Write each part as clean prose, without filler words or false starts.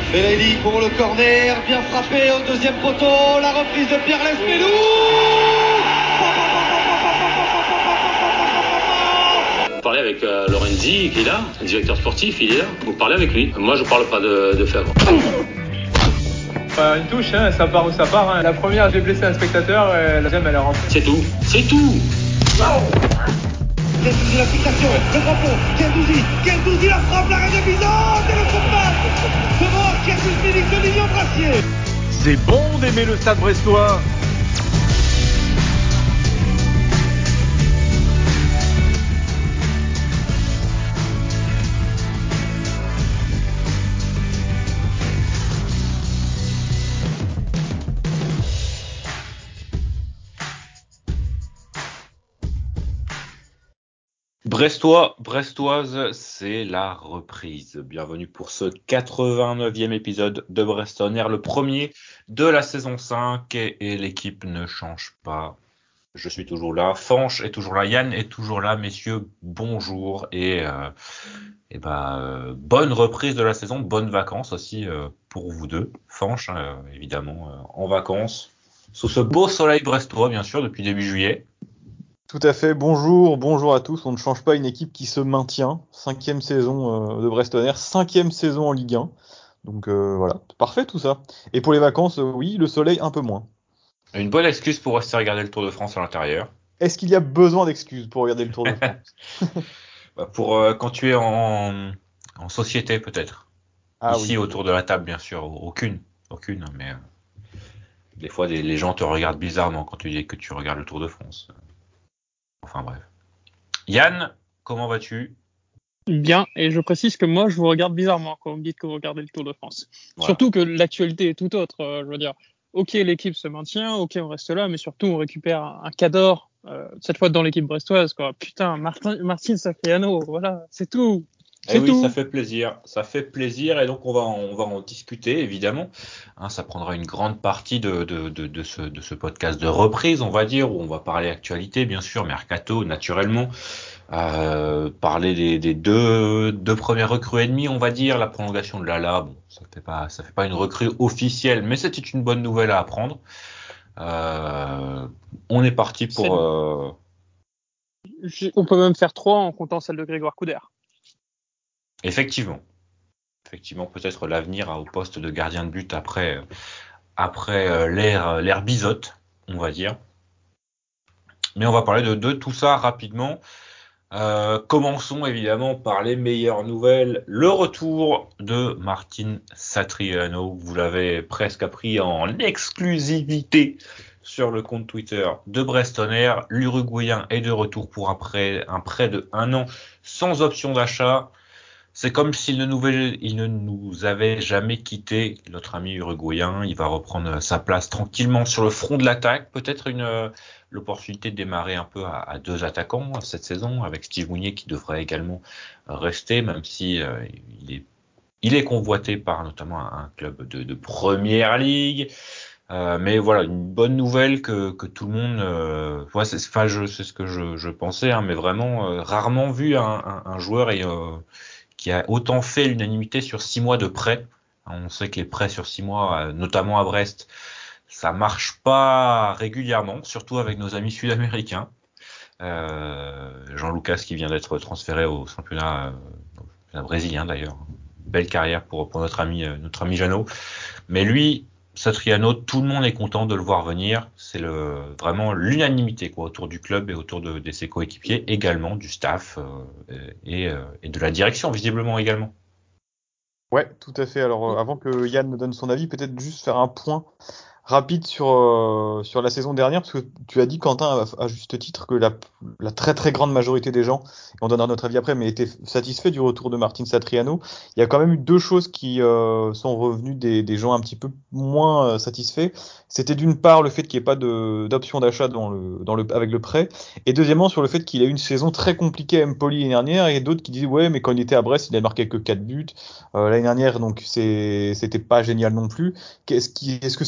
Fellaini pour le corner, bien frappé au deuxième poteau, la reprise de Pierre Lesmelou. Vous parlez avec Lorenzi, qui est là, le directeur sportif, il est là. Vous parlez avec lui. Moi, je parle pas de Favre. Une touche, hein, ça part où ça part. Hein. La première, j'ai blessé un spectateur, et la deuxième, elle est rentrée. C'est tout. C'est tout. Gendouzi la fixation, le drapeau, Gendouzi la frappe, la de Bizot, et le surpasse devant Thierry Philippe de Lilian Brassier. C'est bon d'aimer le Stade Brestois. Brestois, brestoise, c'est la reprise. Bienvenue pour ce 89e épisode de Brest On Air, le premier de la saison 5 et l'équipe ne change pas. Je suis toujours là, Fanch est toujours là, Yann est toujours là, messieurs, bonjour et bonne reprise de la saison, bonnes vacances aussi pour vous deux. Fanch, évidemment, en vacances, sous ce beau soleil brestois, bien sûr, depuis début juillet. Tout à fait, bonjour à tous. On ne change pas une équipe qui se maintient. 5e saison de Brest On Air, 5e saison en Ligue 1. Donc voilà, parfait tout ça. Et pour les vacances, oui, le soleil un peu moins. Une bonne excuse pour rester regarder le Tour de France à l'intérieur. Est-ce qu'il y a besoin d'excuses pour regarder le Tour de France? Pour quand tu es en société peut-être. Ici oui. autour de la table bien sûr, aucune, mais des fois les gens te regardent bizarrement quand tu dis que tu regardes le Tour de France. Enfin bref. Yann, comment vas-tu? Bien, et je précise que moi, je vous regarde bizarrement quand vous me dites que vous regardez le Tour de France. Voilà. Surtout que l'actualité est tout autre. Je veux dire, ok, l'équipe se maintient, ok, on reste là, mais surtout, on récupère un cador, cette fois dans l'équipe brestoise, quoi. Putain, Martin Sacriano, voilà, c'est tout. Eh oui, tout. ça fait plaisir, et donc on va en discuter évidemment. Hein, ça prendra une grande partie de ce podcast de reprise, on va dire, où on va parler actualité, bien sûr, mercato, naturellement, parler des deux premières recrues ennemies, on va dire, la prolongation de Lala. Bon, ça fait pas une recrue officielle, mais c'était une bonne nouvelle à apprendre. On est parti pour. On peut même faire 3 en comptant celle de Grégoire Couder. Effectivement, peut-être l'avenir au poste de gardien de but après l'ère Bizotte, on va dire. Mais on va parler de tout ça rapidement. Commençons évidemment par les meilleures nouvelles. Le retour de Martin Satriano. Vous l'avez presque appris en exclusivité sur le compte Twitter de Brest On Air. L'Uruguayen est de retour pour un prêt de 1 an sans option d'achat. C'est comme s'il il ne nous avait jamais quitté, notre ami uruguayen. Il va reprendre sa place tranquillement sur le front de l'attaque. Peut-être l'opportunité de démarrer un peu à 2 attaquants cette saison, avec Steve Mounier qui devrait également rester, même si il est convoité par notamment un club de première ligue. Mais voilà, une bonne nouvelle que tout le monde. C'est ce que je pensais, hein, mais vraiment rarement vu un joueur qui a autant fait l'unanimité sur 6 mois de prêt. On sait que les prêts sur 6 mois, notamment à Brest, ça marche pas régulièrement, surtout avec nos amis sud-américains. Jean Lucas qui vient d'être transféré au championnat brésilien d'ailleurs. Belle carrière pour notre ami Jeannot. Mais lui, Satriano, tout le monde est content de le voir venir. C'est vraiment l'unanimité autour du club et autour de ses coéquipiers, également du staff et de la direction visiblement également. Ouais, tout à fait. Alors avant que Yann me donne son avis, peut-être juste faire un point rapide sur la saison dernière, parce que tu as dit, Quentin, à juste titre, que la très très grande majorité des gens, et on donnera notre avis après, mais étaient satisfaits du retour de Martin Satriano. Il y a quand même eu 2 choses qui sont revenues des gens un petit peu moins satisfaits. C'était d'une part le fait qu'il n'y ait pas d'option d'achat avec le prêt, et deuxièmement sur le fait qu'il a eu une saison très compliquée à Empoli l'année dernière, et d'autres qui disaient ouais, mais quand il était à Brest, il a marqué que 4 buts. L'année dernière, donc c'était pas génial non plus. Est-ce que c'est vraiment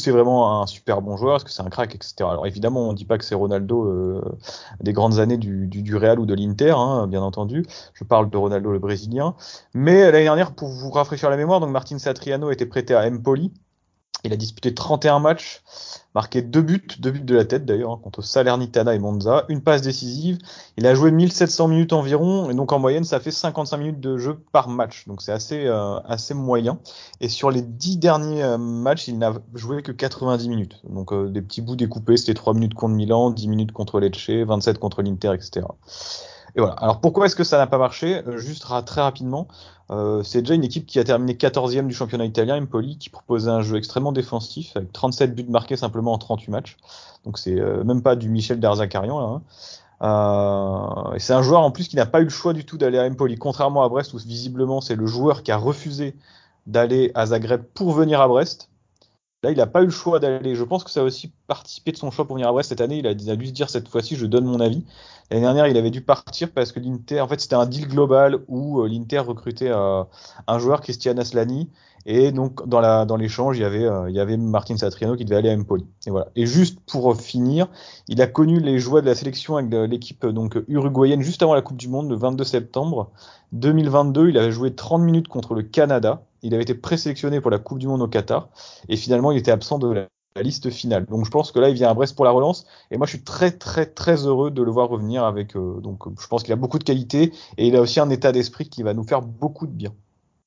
un super bon joueur? Est-ce que c'est un crack, etc. Alors évidemment, on ne dit pas que c'est Ronaldo des grandes années du Real ou de l'Inter, hein, bien entendu. Je parle de Ronaldo le Brésilien. Mais l'année dernière, pour vous rafraîchir la mémoire, donc Martin Satriano était prêté à Empoli. Il a disputé 31 matchs, marqué 2 buts de la tête d'ailleurs, hein, contre Salernitana et Monza, une passe décisive. Il a joué 1700 minutes environ, et donc en moyenne, ça fait 55 minutes de jeu par match. Donc c'est assez moyen. Et sur les 10 derniers matchs, il n'a joué que 90 minutes. Donc des petits bouts découpés, c'était 3 minutes contre Milan, 10 minutes contre Lecce, 27 contre l'Inter, etc. Et voilà. Alors pourquoi est-ce que ça n'a pas marché? Juste très rapidement, c'est déjà une équipe qui a terminé 14e du championnat italien, Empoli, qui proposait un jeu extrêmement défensif, avec 37 buts marqués simplement en 38 matchs. Donc c'est même pas du Michel Derzakarian là, hein. Et c'est un joueur en plus qui n'a pas eu le choix du tout d'aller à Empoli, contrairement à Brest où visiblement c'est le joueur qui a refusé d'aller à Zagreb pour venir à Brest. Là, il n'a pas eu le choix d'aller. Je pense que ça a aussi participé de son choix pour venir à Brest cette année. Il a dû se dire cette fois-ci, je donne mon avis. L'année dernière, il avait dû partir parce que l'Inter, en fait, c'était un deal global où l'Inter recrutait un joueur, Christian Aslani. Et donc, dans l'échange, il y avait Martin Satriano qui devait aller à Empoli. Et voilà. Et juste pour finir, il a connu les joies de la sélection avec l'équipe donc uruguayenne juste avant la Coupe du Monde, le 22 septembre 2022. Il avait joué 30 minutes contre le Canada. Il avait été présélectionné pour la Coupe du Monde au Qatar. Et finalement, il était absent de la liste finale. Donc je pense que là, il vient à Brest pour la relance. Et moi, je suis très, très, très heureux de le voir revenir avec. Donc je pense qu'il a beaucoup de qualité. Et il a aussi un état d'esprit qui va nous faire beaucoup de bien.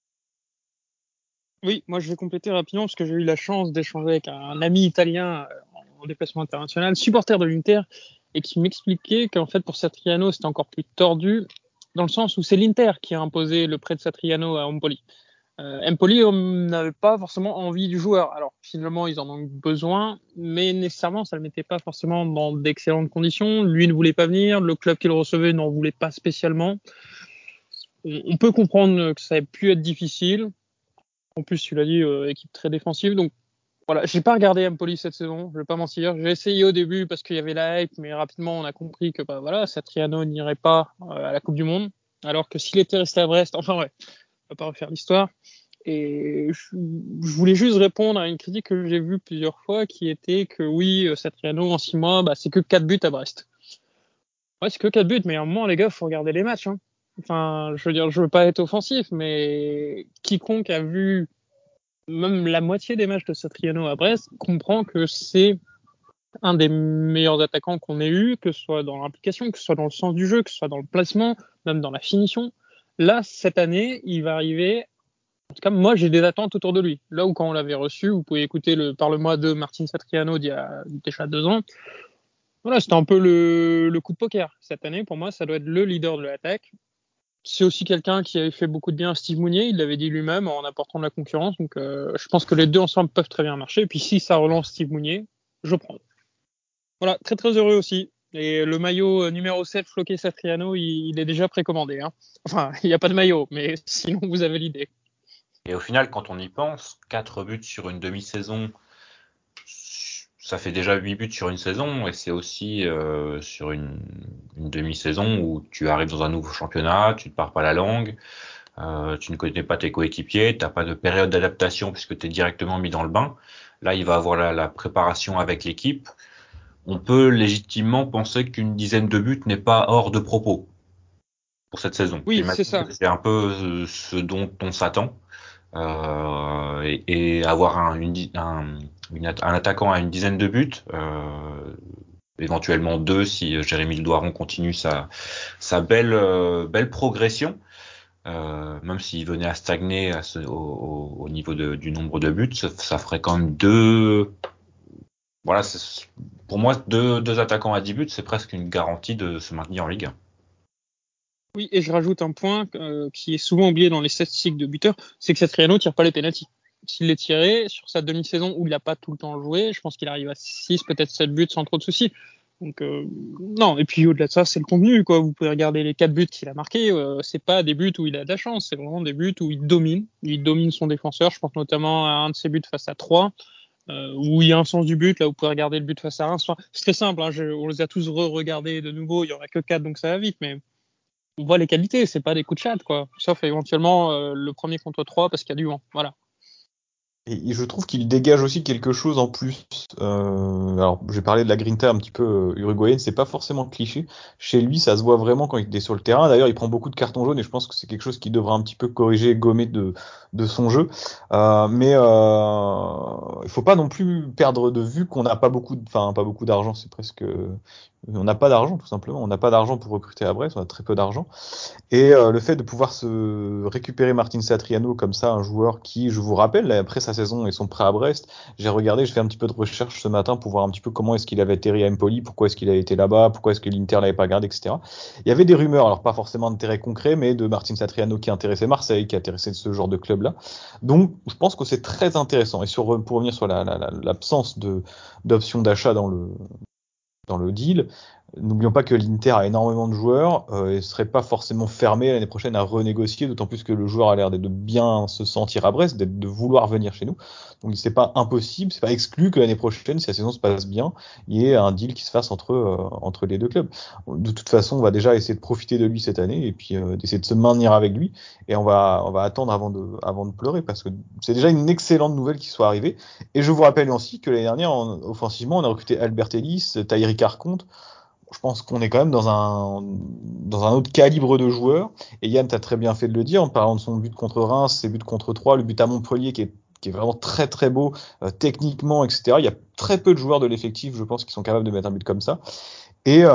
Oui, moi je vais compléter rapidement parce que j'ai eu la chance d'échanger avec un ami italien en déplacement international, supporter de l'Inter, et qui m'expliquait qu'en fait pour Satriano c'était encore plus tordu, dans le sens où c'est l'Inter qui a imposé le prêt de Satriano à Empoli. Empoli n'avait pas forcément envie du joueur. Alors finalement ils en ont eu besoin, mais nécessairement ça ne le mettait pas forcément dans d'excellentes conditions. Lui ne voulait pas venir, le club qu'il recevait n'en voulait pas spécialement. On peut comprendre que ça ait pu être difficile. En plus, tu l'as dit, équipe très défensive. Donc voilà, j'ai pas regardé Empoli cette saison, je vais pas mentir. J'ai essayé au début parce qu'il y avait la hype, mais rapidement on a compris que bah voilà, Satriano n'irait pas à la Coupe du Monde, alors que s'il était resté à Brest, enfin ouais, on va pas refaire l'histoire. Et je voulais juste répondre à une critique que j'ai vue plusieurs fois, qui était que oui, Satriano en 6 mois, bah c'est que 4 buts à Brest. Ouais, c'est que 4 buts, mais à un moment les gars, faut regarder les matchs, hein. Enfin, je veux dire, je veux pas être offensif, mais quiconque a vu même la moitié des matchs de Satriano à Brest comprend que c'est un des meilleurs attaquants qu'on ait eu, que ce soit dans l'implication, que ce soit dans le sens du jeu, que ce soit dans le placement, même dans la finition. Là, cette année, il va arriver. En tout cas, moi, j'ai des attentes autour de lui. Là où quand on l'avait reçu, vous pouvez écouter le Parle-moi de Martin Satriano d'il y a déjà 2 ans. Voilà, c'était un peu le coup de poker. Cette année, pour moi, ça doit être le leader de l'attaque. C'est aussi quelqu'un qui avait fait beaucoup de bien à Steve Mounier, il l'avait dit lui-même en apportant de la concurrence. Donc je pense que les deux ensemble peuvent très bien marcher. Et puis si ça relance Steve Mounier, je prends. Voilà, très très heureux aussi. Et le maillot numéro 7, Floqué Satriano, il est déjà précommandé, hein. Enfin, il n'y a pas de maillot, mais sinon vous avez l'idée. Et au final, quand on y pense, 4 buts sur une demi-saison, ça fait déjà 8 buts sur une saison, et c'est aussi sur une demi-saison où tu arrives dans un nouveau championnat, tu ne parles pas la langue, tu ne connais pas tes coéquipiers, tu n'as pas de période d'adaptation puisque tu es directement mis dans le bain. Là, il va avoir la préparation avec l'équipe. On peut légitimement penser qu'une dizaine de buts n'est pas hors de propos pour cette saison. Oui, c'est J'imagine ça. que c'est un peu ce dont on s'attend. Et avoir un attaquant à une dizaine de buts, éventuellement 2 si Jérémy Le Doiron continue sa belle progression, même s'il venait à stagner au niveau du nombre de buts, ça ferait quand même 2. Voilà, pour moi, deux attaquants à 10 buts, c'est presque une garantie de se maintenir en Ligue 1. Oui, et je rajoute un point qui est souvent oublié dans les statistiques de buteurs, c'est que Satriano tire pas les pénaltys. S'il les tirait sur sa demi-saison où il n'a pas tout le temps joué, je pense qu'il arrive à 6, peut-être 7 buts sans trop de soucis. Donc non, et puis au-delà de ça, c'est le contenu, quoi. Vous pouvez regarder les 4 buts qu'il a marqués, c'est pas des buts où il a de la chance, c'est vraiment des buts où il domine son défenseur. Je pense notamment à un de ses buts face à 3, où il y a un sens du but, là vous pouvez regarder le but face à Reims. Enfin, c'est très simple, hein, on les a tous re-regardés de nouveau, il y en a que 4 donc ça va vite, mais on voit les qualités, c'est pas des coups de chat, quoi. Sauf éventuellement le premier contre 3 parce qu'il y a du vent. Voilà. Et je trouve qu'il dégage aussi quelque chose en plus. Alors, j'ai parlé de la grinta un petit peu uruguayenne, c'est pas forcément cliché. Chez lui, ça se voit vraiment quand il est sur le terrain. D'ailleurs, il prend beaucoup de cartons jaunes et je pense que c'est quelque chose qui devra un petit peu corriger, gommer de son jeu. Mais il faut pas non plus perdre de vue qu'on n'a pas beaucoup, enfin pas beaucoup d'argent. C'est presque, on n'a pas d'argent tout simplement. On n'a pas d'argent pour recruter à Brest. On a très peu d'argent. Et le fait de pouvoir se récupérer Martin Satriano comme ça, un joueur qui, je vous rappelle, là, après sa saison et son prêt à Brest, j'ai regardé, je fais un petit peu de recherche ce matin pour voir un petit peu comment est-ce qu'il avait atterri à Empoli, pourquoi est-ce qu'il a été là-bas, pourquoi est-ce que l'Inter l'avait pas gardé, etc. Il y avait des rumeurs, alors pas forcément d'intérêt concret, mais de Martin Satriano qui intéressait Marseille, qui intéressait ce genre de club-là. Donc, je pense que c'est très intéressant. Et pour revenir sur l'absence d'options d'achat dans le deal. N'oublions pas que l'Inter a énormément de joueurs et ne serait pas forcément fermé l'année prochaine à renégocier, d'autant plus que le joueur a l'air de bien se sentir à Brest, de vouloir venir chez nous. Donc c'est pas impossible, c'est pas exclu que l'année prochaine, si la saison se passe bien, il y ait un deal qui se fasse entre les deux clubs. De toute façon, on va déjà essayer de profiter de lui cette année et puis d'essayer de se maintenir avec lui. Et on va attendre avant de pleurer parce que c'est déjà une excellente nouvelle qui soit arrivée. Et je vous rappelle aussi que l'année dernière, offensivement, on a recruté Albert Ellis, Tahiri Carconte. Je pense qu'on est quand même dans un autre calibre de joueur. Et Yann, tu as très bien fait de le dire en parlant de son but contre Reims, ses buts contre Troyes, le but à Montpellier qui est vraiment très très beau techniquement, etc. Il y a très peu de joueurs de l'effectif, je pense, qui sont capables de mettre un but comme ça. Et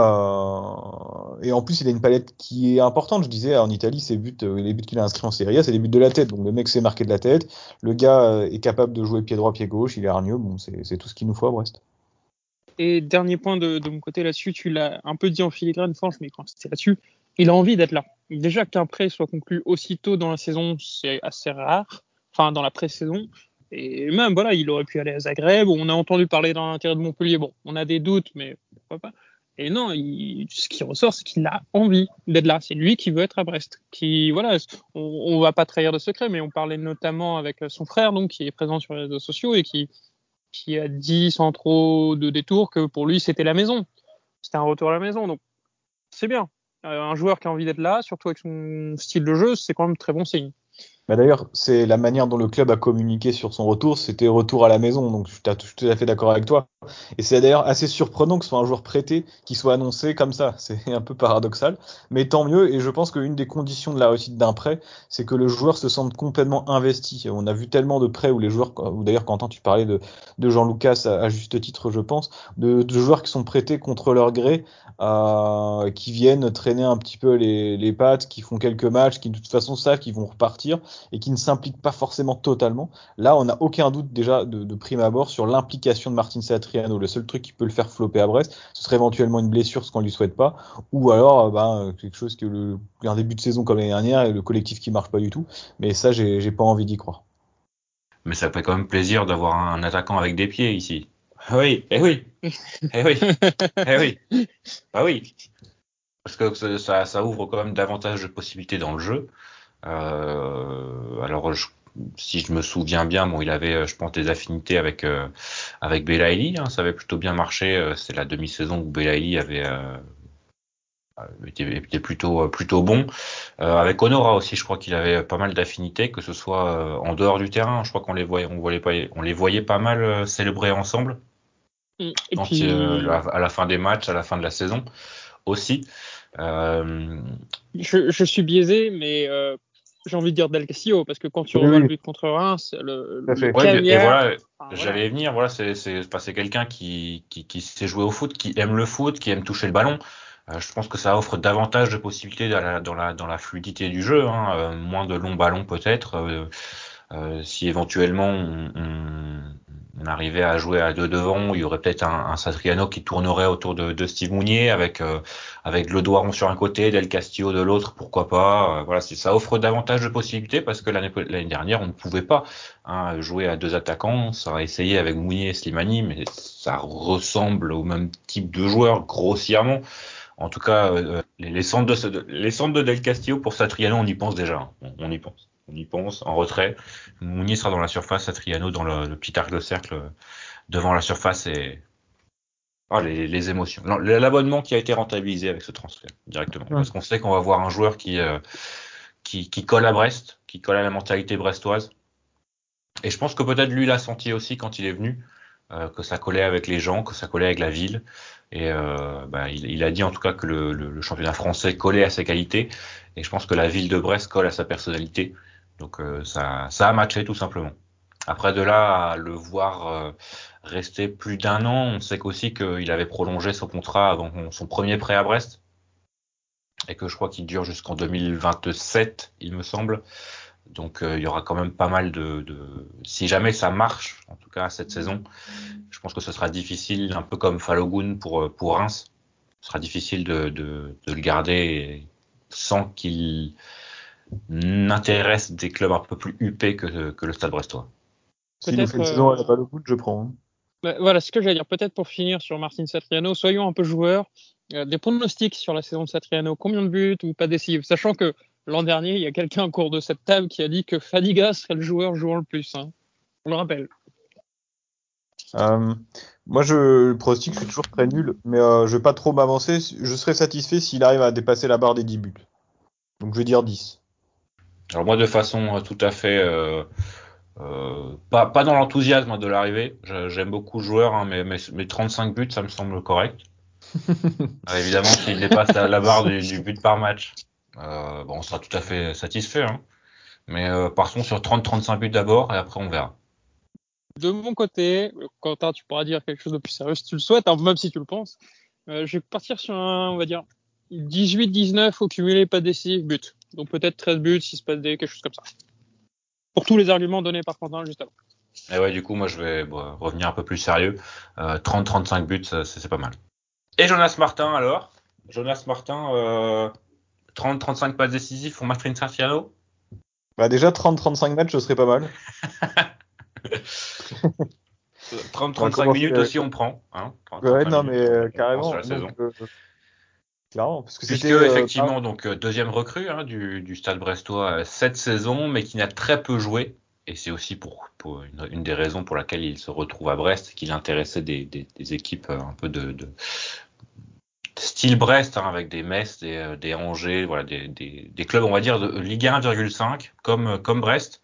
en plus, il a une palette qui est importante. Je disais, en Italie, les buts qu'il a inscrits en Serie A, c'est des buts de la tête. Donc le mec s'est marqué de la tête. Le gars est capable de jouer pied droit, pied gauche. Il est hargneux. Bon, c'est tout ce qu'il nous faut à Brest. Et dernier point de mon côté là-dessus, tu l'as un peu dit en filigrane, Franche, mais quand c'était là-dessus, il a envie d'être là. Déjà qu'un prêt soit conclu aussitôt dans la saison, c'est assez rare. Enfin, dans la pré-saison. Et même, voilà, il aurait pu aller à Zagreb. On a entendu parler dans l'intérêt de Montpellier. Bon, on a des doutes, mais pourquoi pas. Et non, ce qui ressort, c'est qu'il a envie d'être là. C'est lui qui veut être à Brest. Qui, voilà, on va pas trahir de secret, mais on parlait notamment avec son frère, donc, qui est présent sur les réseaux sociaux et qui a dit sans trop de détours que pour lui c'était la maison. C'était un retour à la maison, donc c'est bien. Un joueur qui a envie d'être là, surtout avec son style de jeu, c'est quand même très bon signe. Bah d'ailleurs, c'est la manière dont le club a communiqué sur son retour, c'était retour à la maison, donc je suis tout à fait d'accord avec toi. Et c'est d'ailleurs assez surprenant que ce soit un joueur prêté qui soit annoncé comme ça, c'est un peu paradoxal, mais tant mieux, et je pense qu'une des conditions de la réussite d'un prêt, c'est que le joueur se sente complètement investi. On a vu tellement de prêts où les joueurs, ou d'ailleurs Quentin, tu parlais de Jean Lucas à juste titre, je pense, de joueurs qui sont prêtés contre leur gré, qui viennent traîner un petit peu les pattes, qui font quelques matchs, qui de toute façon savent qu'ils vont repartir, et qui ne s'implique pas forcément totalement. Là, on n'a aucun doute déjà de prime abord sur l'implication de Martin Satriano. Le seul truc qui peut le faire flopper à Brest, ce serait éventuellement une blessure, ce qu'on lui souhaite pas, ou alors quelque chose un début de saison comme l'année dernière et le collectif qui marche pas du tout. Mais ça, j'ai pas envie d'y croire. Mais ça fait quand même plaisir d'avoir un attaquant avec des pieds ici. Oui, eh oui, eh oui, eh oui, bah oui. Parce que ça ouvre quand même davantage de possibilités dans le jeu. Alors, si je me souviens bien, bon, il avait, je pense, des affinités avec Belaïli, hein, ça avait plutôt bien marché. C'est la demi-saison où Belaïli était plutôt bon. Avec Honora aussi, je crois qu'il avait pas mal d'affinités, que ce soit en dehors du terrain. Je crois on les voyait pas mal célébrer ensemble. Et Donc puis, à la fin des matchs, à la fin de la saison aussi. je suis biaisé, mais j'ai envie de dire Del Castillo, parce que quand tu Oui, revois le oui, but contre Reims, tout à le fait. Ouais, et caviar, voilà, enfin, voilà. j'allais venir. Voilà, c'est quelqu'un qui sait jouer au foot, qui aime le foot, qui aime toucher le ballon. Je pense que ça offre davantage de possibilités dans la fluidité du jeu, hein, moins de longs ballons peut-être. Si éventuellement on arrivait à jouer à deux devant, il y aurait peut-être un Satriano qui tournerait autour de Steve Mounier avec Le Doiron sur un côté, Del Castillo de l'autre, pourquoi pas. Voilà, ça offre davantage de possibilités parce que l'année dernière on ne pouvait pas, hein, jouer à deux attaquants. Ça a essayé avec Mounier et Slimani, mais ça ressemble au même type de joueur grossièrement. En tout cas, les centres de Del Castillo pour Satriano, on y pense déjà, hein. On y pense. On y pense, en retrait. Mounier sera dans la surface, Satriano dans le petit arc de cercle devant la surface et les émotions. L'abonnement qui a été rentabilisé avec ce transfert directement. Ouais. Parce qu'on sait qu'on va voir un joueur qui colle à Brest, qui colle à la mentalité brestoise. Et je pense que peut-être lui l'a senti aussi quand il est venu, que ça collait avec les gens, que ça collait avec la ville. Et il a dit en tout cas que le championnat français collait à ses qualités. Et je pense que la ville de Brest colle à sa personnalité. Donc ça a matché tout simplement. Après de là à le voir rester plus d'1 an, on sait qu'aussi qu'il avait prolongé son contrat avant son premier prêt à Brest. Et que je crois qu'il dure jusqu'en 2027, il me semble. Donc il y aura quand même pas mal si jamais ça marche, en tout cas cette saison, je pense que ce sera difficile, un peu comme Falogun pour Reims, ce sera difficile de le garder sans qu'il n'intéresse des clubs un peu plus huppés que le Stade Brestois. S'il nous fait une saison à la balle au bout, je prends. Hein. Voilà ce que j'allais dire. Peut-être pour finir sur Martin Satriano, soyons un peu joueurs. Des pronostics sur la saison de Satriano, combien de buts ou pas décisifs, sachant que l'an dernier, il y a quelqu'un au cours de cette table qui a dit que Fadiga serait le joueur jouant le plus. Hein. On le rappelle. Moi, le pronostic, je suis toujours très nul, mais je vais pas trop m'avancer. Je serais satisfait s'il arrive à dépasser la barre des 10 buts. Donc, je vais dire 10. Alors moi, de façon tout à fait pas dans l'enthousiasme de l'arrivée, j'aime beaucoup le joueur, hein, mais 35 buts, ça me semble correct. Évidemment, s'il dépasse la barre du but par match, on sera tout à fait satisfait. Hein. Mais partons sur 30-35 buts d'abord et après on verra. De mon côté, Quentin, tu pourras dire quelque chose de plus sérieux si tu le souhaites, hein, même si tu le penses. Je vais partir sur on va dire, 18-19 au cumulé, pas décisif, but. Donc peut-être 13 buts, 6 passes D, quelque chose comme ça. Pour tous les arguments donnés par Quentin juste avant. Et ouais, du coup, moi je vais revenir un peu plus sérieux. 30-35 buts, c'est pas mal. Et Jonas Martin alors Jonas Martin, 30-35 passes décisives pour Martin Satriano. Bah déjà, 30-35 matchs, ce serait pas mal. 30-35 minutes aussi, on prend. Hein, ouais, non, minutes, mais on prend sur carrément. la saison. Clairement, parce que Puisque c'était effectivement, donc deuxième recrue du Stade Brestois cette saison, mais qui n'a très peu joué. Et c'est aussi pour une des raisons pour laquelle il se retrouve à Brest, qu'il intéressait des équipes un peu de style Brest, hein, avec des Metz, des Angers, voilà, des clubs, on va dire, de Ligue 1,5, comme Brest.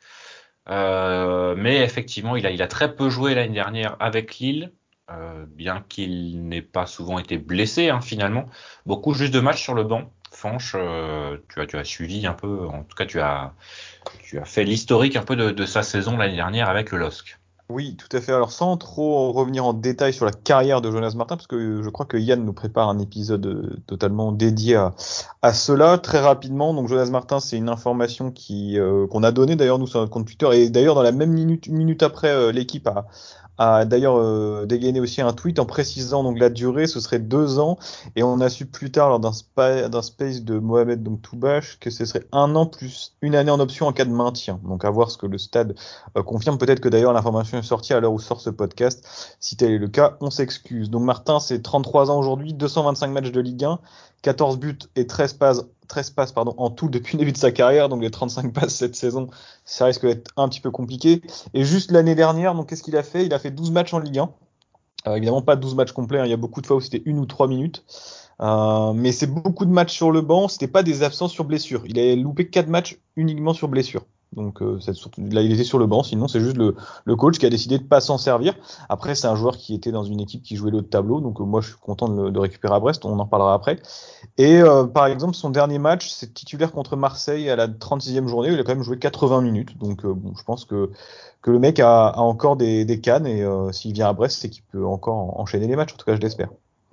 Mais effectivement, il a très peu joué l'année dernière avec Lille, bien qu'il n'ait pas souvent été blessé, hein, finalement. Beaucoup juste de matchs sur le banc. Fanch, tu as suivi un peu, en tout cas tu as fait l'historique un peu de sa saison l'année dernière avec le LOSC. Oui, tout à fait. Alors, sans trop revenir en détail sur la carrière de Jonas Martin, parce que je crois que Yann nous prépare un épisode totalement dédié à cela, très rapidement. Donc, Jonas Martin, c'est une information qu'on a donnée d'ailleurs nous sur notre compte Twitter, et d'ailleurs dans la même minute, une minute après, l'équipe a d'ailleurs dégainé aussi un tweet en précisant donc la durée, ce serait 2 ans, et on a su plus tard lors d'un space de Mohamed donc Toubache que ce serait 1 an plus une année en option en cas de maintien. Donc à voir ce que le stade confirme. Peut-être que d'ailleurs l'information est sortie à l'heure où sort ce podcast. Si tel est le cas, on s'excuse. Donc Martin, c'est 33 ans aujourd'hui, 225 matchs de Ligue 1, 14 buts et 13 passes en tout depuis le début de sa carrière. Donc les 35 passes cette saison, ça risque d'être un petit peu compliqué. Et juste l'année dernière, donc qu'est-ce qu'il a fait? Il a fait 12 matchs en Ligue 1. Évidemment pas 12 matchs complets, hein. Il y a beaucoup de fois où c'était 1 ou 3 minutes. Mais c'est beaucoup de matchs sur le banc, c'était pas des absences sur blessure. Il a loupé 4 matchs uniquement sur blessure. Donc là, il était sur le banc, sinon c'est juste le coach qui a décidé de pas s'en servir. Après, c'est un joueur qui était dans une équipe qui jouait le haut de tableau, donc moi je suis content de récupérer à Brest, on en parlera après. Et par exemple, son dernier match, c'est titulaire contre Marseille à la 36e journée, il a quand même joué 80 minutes. Donc bon, je pense que le mec a encore des cannes, et s'il vient à Brest, c'est qu'il peut encore enchaîner les matchs, en tout cas je l'espère.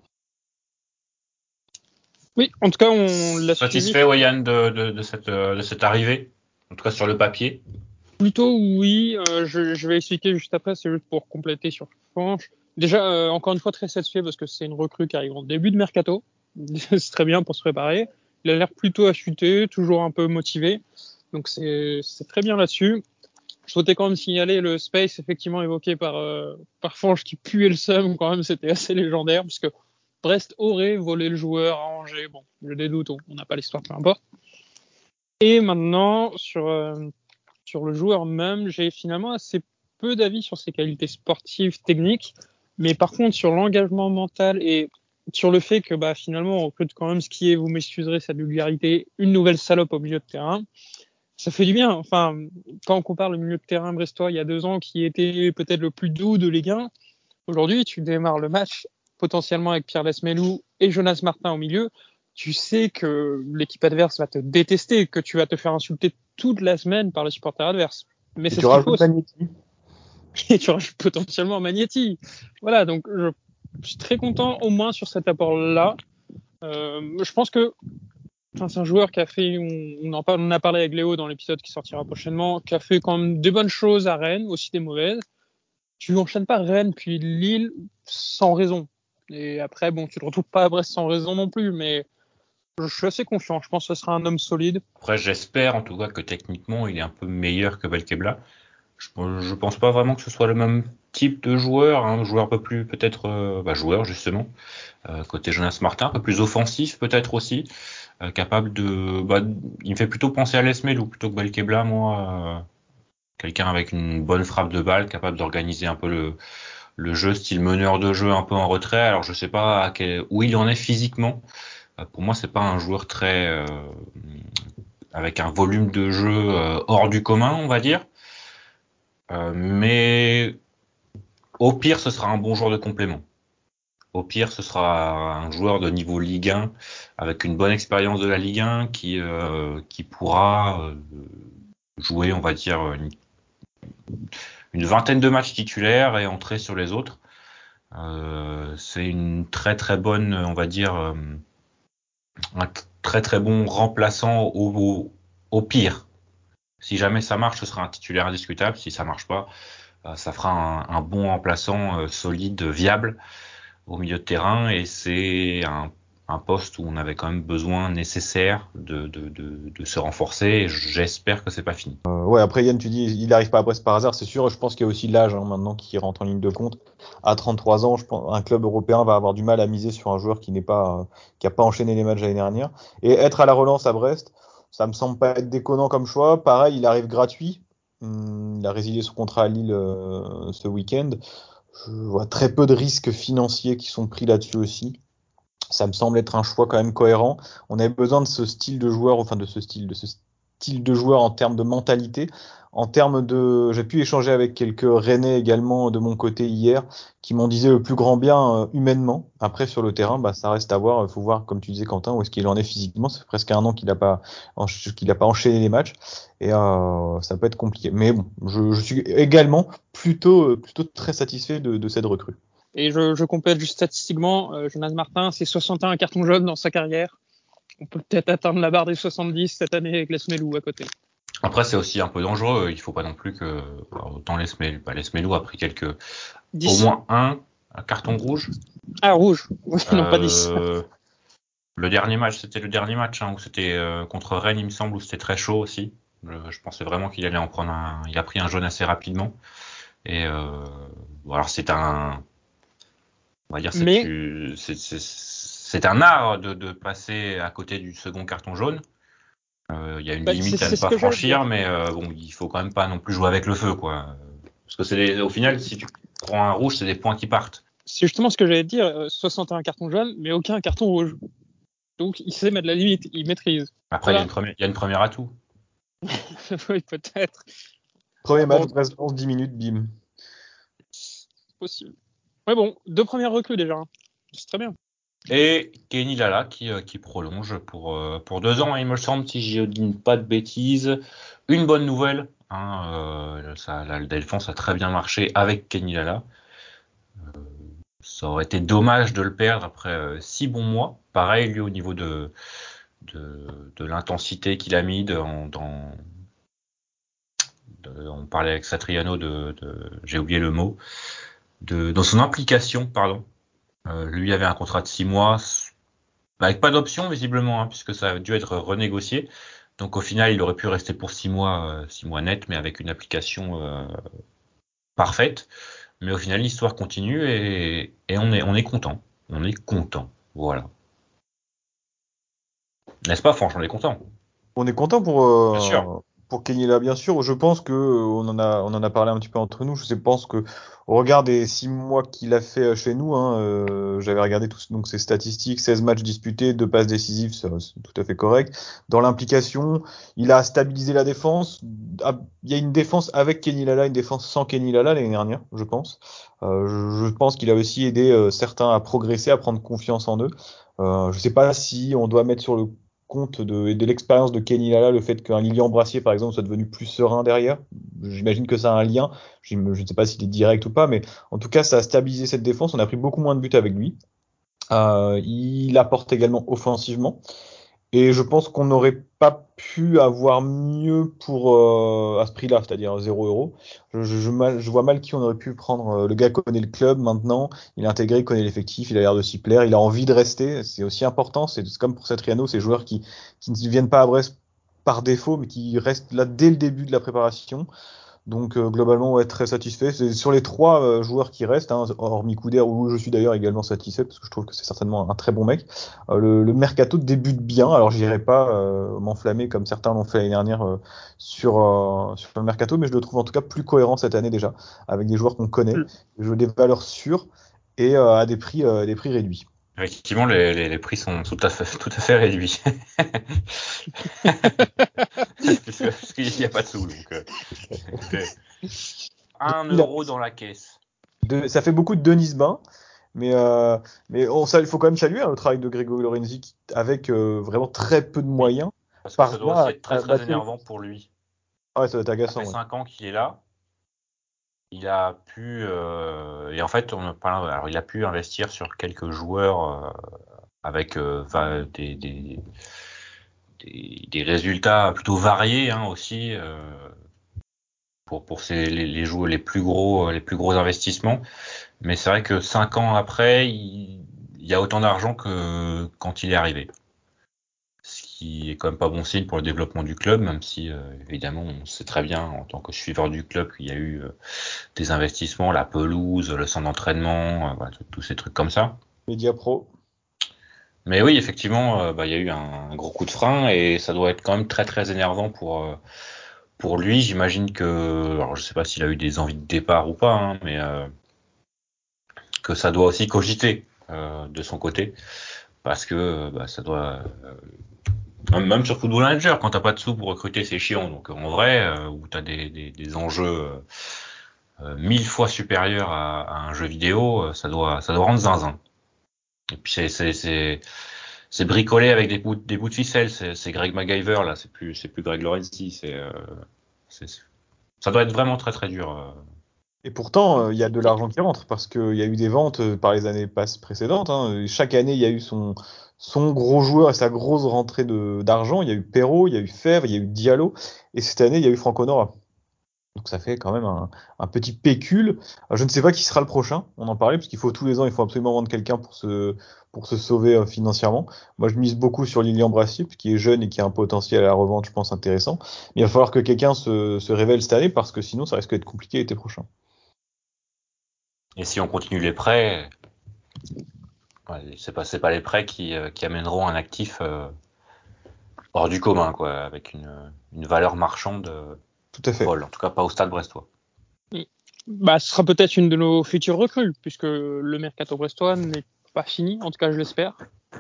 Oui, en tout cas, on l'a suivi. Satisfait, Yann, de cette arrivée, en tout cas sur le papier. Plutôt oui, je vais expliquer juste après, c'est juste pour compléter sur Fanch. Déjà, encore une fois, très satisfait parce que c'est une recrue qui arrive en début de mercato. C'est très bien pour se préparer. Il a l'air plutôt affûté, toujours un peu motivé. Donc c'est très bien là-dessus. Je souhaitais quand même signaler le space effectivement évoqué par Fanch qui puait le seum quand même, c'était assez légendaire puisque Brest aurait volé le joueur à Angers. Bon, j'ai des doutes, on n'a pas l'histoire, peu importe. Et maintenant, sur le joueur même, j'ai finalement assez peu d'avis sur ses qualités sportives, techniques, mais par contre sur l'engagement mental et sur le fait que finalement on recrute quand même ce qui est, vous m'excuserez cette vulgarité, une nouvelle salope au milieu de terrain. ça fait du bien. Enfin, quand on compare le milieu de terrain brestois il y a 2 ans, qui était peut-être le plus doux de Ligue 1, aujourd'hui, tu démarres le match potentiellement avec Pierre Lesmelou et Jonas Martin au milieu. Tu sais que l'équipe adverse va te détester, que tu vas te faire insulter toute la semaine par les supporters adverses. Mais Et c'est tu ce qu'il faut. rajoutes Magnetti. Et tu rajoutes potentiellement Magnetti. Voilà, donc je suis très content au moins sur cet apport-là. Je pense que c'est un joueur qui a fait, on en a parlé avec Léo dans l'épisode qui sortira prochainement, qui a fait quand même des bonnes choses à Rennes, aussi des mauvaises. Tu enchaînes pas Rennes puis Lille sans raison. Et après, bon, tu te retrouves pas à Brest sans raison non plus, mais je suis assez confiant. Je pense que ce sera un homme solide. Après, j'espère en tout cas que techniquement, il est un peu meilleur que Belkebla. Je pense pas vraiment que ce soit le même type de joueur, un joueur un peu plus peut-être joueur justement. Côté Jonas Martin, un peu plus offensif peut-être aussi, capable de. Il me fait plutôt penser à Lesmelou plutôt que Belkebla, moi. Quelqu'un avec une bonne frappe de balle, capable d'organiser un peu le jeu, style meneur de jeu un peu en retrait. Alors je sais pas où il en est physiquement. Pour moi, c'est pas un joueur très avec un volume de jeu hors du commun, on va dire. Mais au pire, ce sera un bon joueur de complément. Au pire, ce sera un joueur de niveau Ligue 1 avec une bonne expérience de la Ligue 1 qui pourra jouer, on va dire, une vingtaine de matchs titulaires et entrer sur les autres. C'est une très très bonne, on va dire, un très très bon remplaçant au pire. Si jamais ça marche, ce sera un titulaire indiscutable. Si ça marche pas, ça fera un bon remplaçant solide, viable au milieu de terrain. Et c'est un poste où on avait quand même besoin nécessaire de se renforcer. Et j'espère que c'est pas fini. Ouais, après Yann, tu dis il n'arrive pas à Brest par hasard, c'est sûr. Je pense qu'il y a aussi l'âge maintenant qui rentre en ligne de compte. À 33 ans, je pense un club européen va avoir du mal à miser sur un joueur qui a pas enchaîné les matchs l'année dernière. Et être à la relance à Brest, ça me semble pas être déconnant comme choix. Pareil, il arrive gratuit. Il a résilié son contrat à Lille ce week-end. Je vois très peu de risques financiers qui sont pris là-dessus aussi. Ça me semble être un choix quand même cohérent. On avait besoin de ce style de joueur, enfin de ce style de joueur en termes de mentalité, en termes de. J'ai pu échanger avec quelques Rennais également de mon côté hier, qui m'en disaient le plus grand bien humainement. Après sur le terrain, ça reste à voir. Il faut voir, comme tu disais Quentin, où est-ce qu'il en est physiquement. C'est presque 1 an qu'il a pas enchaîné les matchs et ça peut être compliqué. Mais bon, je suis également plutôt très satisfait de cette recrue. Et je complète juste statistiquement, Jonas Martin, c'est 61 cartons jaunes dans sa carrière. On peut peut-être atteindre la barre des 70 cette année avec Lesmelou à côté. Après, c'est aussi un peu dangereux. Il faut pas non plus que autant Lesmelou a pris au 10. moins un carton rouge. Ah, rouge. Oui, non, pas 10. Le dernier match, c'était le dernier match où c'était contre Rennes, il me semble, où c'était très chaud aussi. Je pensais vraiment qu'il allait en prendre un. Il a pris un jaune assez rapidement. Et alors on va dire Mais c'est un art de passer à côté du second carton jaune. Il y a une limite à ne c'est ce pas que j'allais dire. franchir, mais bon, il faut quand même pas non plus jouer avec le feu, quoi. Parce que au final, si tu prends un rouge, c'est des points qui partent. C'est justement ce que j'allais dire. 61 cartons jaunes, mais aucun carton rouge. Donc, il sait mettre la limite, il maîtrise. Après, Voilà. il y a une première atout. Oui, peut-être. Premier match, Bon, Brest 11, 10 minutes, bim. possible. Mais bon, 2 premières recrues déjà. Hein. C'est très bien. Et Kenny Lala qui prolonge pour 2 ans, il me semble, si je dis pas de bêtises. Une bonne nouvelle. La défense a très bien marché avec Kenny Lala. Ça aurait été dommage de le perdre après 6 bons mois. Pareil, lui, au niveau de l'intensité qu'il a mis on parlait avec Satriano j'ai oublié le mot, dans son implication, pardon. Lui avait un contrat de 6 mois, avec pas d'option visiblement, puisque ça a dû être renégocié. Donc au final, il aurait pu rester pour 6 mois, 6 mois net, mais avec une application parfaite. Mais au final, l'histoire continue et on est content. On est content. Voilà. N'est-ce pas, franchement, on est content. On est content Bien sûr. pour Kenny là, bien sûr. Je pense que on en a parlé un petit peu entre nous. Pense que au regard des 6 mois qu'il a fait chez nous, j'avais regardé donc ses statistiques, 16 matchs disputés, 2 passes décisives, c'est tout à fait correct. Dans l'implication, il a stabilisé la défense. Il y a une défense avec Kenny Lala, une défense sans Kenny Lala l'année dernière, je pense. Je pense qu'il a aussi aidé certains à progresser, à prendre confiance en eux. Je sais pas si on doit mettre sur le compte de l'expérience de Kenny Lala, le fait qu'un Lilian Brassier, par exemple, soit devenu plus serein derrière. J'imagine que ça a un lien. Je ne sais pas s'il est direct ou pas, mais en tout cas, ça a stabilisé cette défense. On a pris beaucoup moins de buts avec lui. Il apporte également offensivement. Et je pense qu'on n'aurait pas pu avoir mieux pour à ce prix-là, c'est-à-dire 0 €. Je vois mal qui on aurait pu prendre. Le gars connaît le club maintenant, il est intégré, il connaît l'effectif, il a l'air de s'y plaire, il a envie de rester. C'est aussi important. C'est comme pour Satriano, ces joueurs qui ne viennent pas à Brest par défaut, mais qui restent là dès le début de la préparation. Donc globalement, ouais, très satisfait. C'est sur les 3 joueurs qui restent, hormis Couder, où je suis d'ailleurs également satisfait parce que je trouve que c'est certainement un très bon mec. Le mercato débute bien. Alors j'irai pas m'enflammer comme certains l'ont fait l'année dernière sur le mercato, mais je le trouve en tout cas plus cohérent cette année déjà, avec des joueurs qu'on connaît, des valeurs sûres et à des prix réduits. Effectivement, les prix sont tout à fait réduits. parce qu'il n'y a pas de sous, donc 1 € dans la caisse. Ça fait beaucoup de Denis Bain, mais il faut quand même saluer le travail de Grégory Lorenzi avec vraiment très peu de moyens. Parce que ça doit aussi être très énervant pour lui. Ouais, ça doit être agaçant. Ça fait 5 ans qu'il est là. Il a pu et en fait alors il a pu investir sur quelques joueurs avec des résultats plutôt variés aussi pour les joueurs les plus gros investissements. Mais c'est vrai que 5 ans après, il y a autant d'argent que quand il est arrivé. Ce qui est quand même pas bon signe pour le développement du club, même si évidemment on sait très bien en tant que suiveur du club qu'il y a eu des investissements, la pelouse, le centre d'entraînement, voilà, tous ces trucs comme ça. Média Pro. Mais oui, effectivement, il y a eu un gros coup de frein et ça doit être quand même très très énervant pour lui. J'imagine que, alors je sais pas s'il a eu des envies de départ ou pas, mais que ça doit aussi cogiter de son côté, parce que ça doit même sur Football Manager, quand t'as pas de sous pour recruter, c'est chiant. Donc en vrai, où t'as des enjeux 1000 fois supérieurs à un jeu vidéo, ça doit rendre zinzin. Et puis c'est bricolé avec des bouts de ficelle. C'est Greg MacGyver là, c'est plus Greg Lorenzi. Ça doit être vraiment très très dur. Et pourtant, il y a de l'argent qui rentre parce qu'il y a eu des ventes par les années précédentes. Chaque année, il y a eu son gros joueur et sa grosse rentrée d'argent. Il y a eu Perrault, il y a eu Fèvre, il y a eu Diallo. Et cette année, il y a eu Franco Nora. Donc ça fait quand même un petit pécule. Je ne sais pas qui sera le prochain. On en parlait parce qu'il faut tous les ans, il faut absolument vendre quelqu'un pour se sauver financièrement. Moi, je mise beaucoup sur Lilian Brassier, qui est jeune et qui a un potentiel à la revente, je pense, intéressant. Mais il va falloir que quelqu'un se révèle cette année parce que sinon, ça risque d'être compliqué l'été prochain. Et si on continue les prêts, c'est pas les prêts qui amèneront un actif hors du commun, quoi, avec une valeur marchande tout à fait folle. En tout cas, pas au Stade Brestois. Ce sera peut-être une de nos futures recrues, puisque le mercato brestois n'est pas fini, en tout cas je l'espère.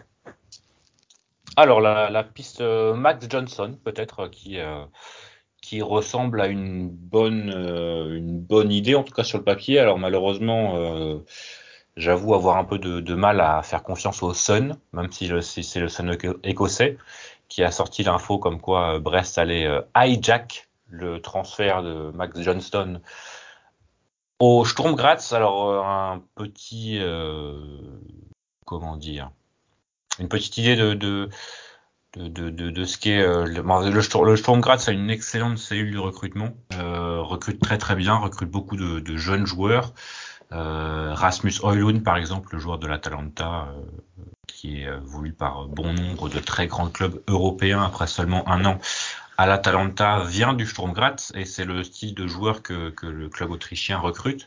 Alors la piste Max Johnson, peut-être, qui ressemble à une bonne idée, en tout cas sur le papier. Alors malheureusement, j'avoue avoir un peu de mal à faire confiance au Sun, même si c'est le Sun écossais qui a sorti l'info comme quoi Brest allait hijack le transfert de Max Johnston au Sturm Graz. Alors un petit comment dire, une petite idée de ce qu'est le Sturm Graz a une excellente cellule de recrutement, recrute très très bien, recrute beaucoup de jeunes joueurs. Rasmus Højlund par exemple, le joueur de l'Atalanta, qui est voulu par bon nombre de très grands clubs européens après seulement 1 an à l'Atalanta, vient du Sturm Graz et c'est le style de joueur que le club autrichien recrute.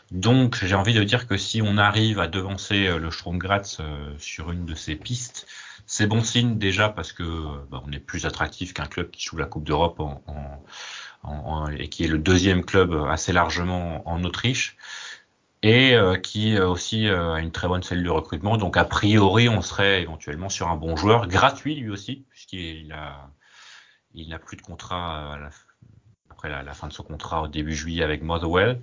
Donc j'ai envie de dire que si on arrive à devancer le Sturm Graz sur une de ces pistes, c'est bon signe déjà parce que on est plus attractif qu'un club qui joue la Coupe d'Europe et qui est le deuxième club assez largement en Autriche et qui aussi a une très bonne cellule de recrutement. Donc a priori, on serait éventuellement sur un bon joueur, gratuit lui aussi, puisqu'il n'a plus de contrat après la fin de son contrat au début juillet avec Motherwell.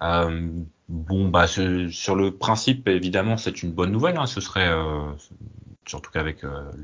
Sur le principe, évidemment, c'est une bonne nouvelle. Ce serait surtout qu'avec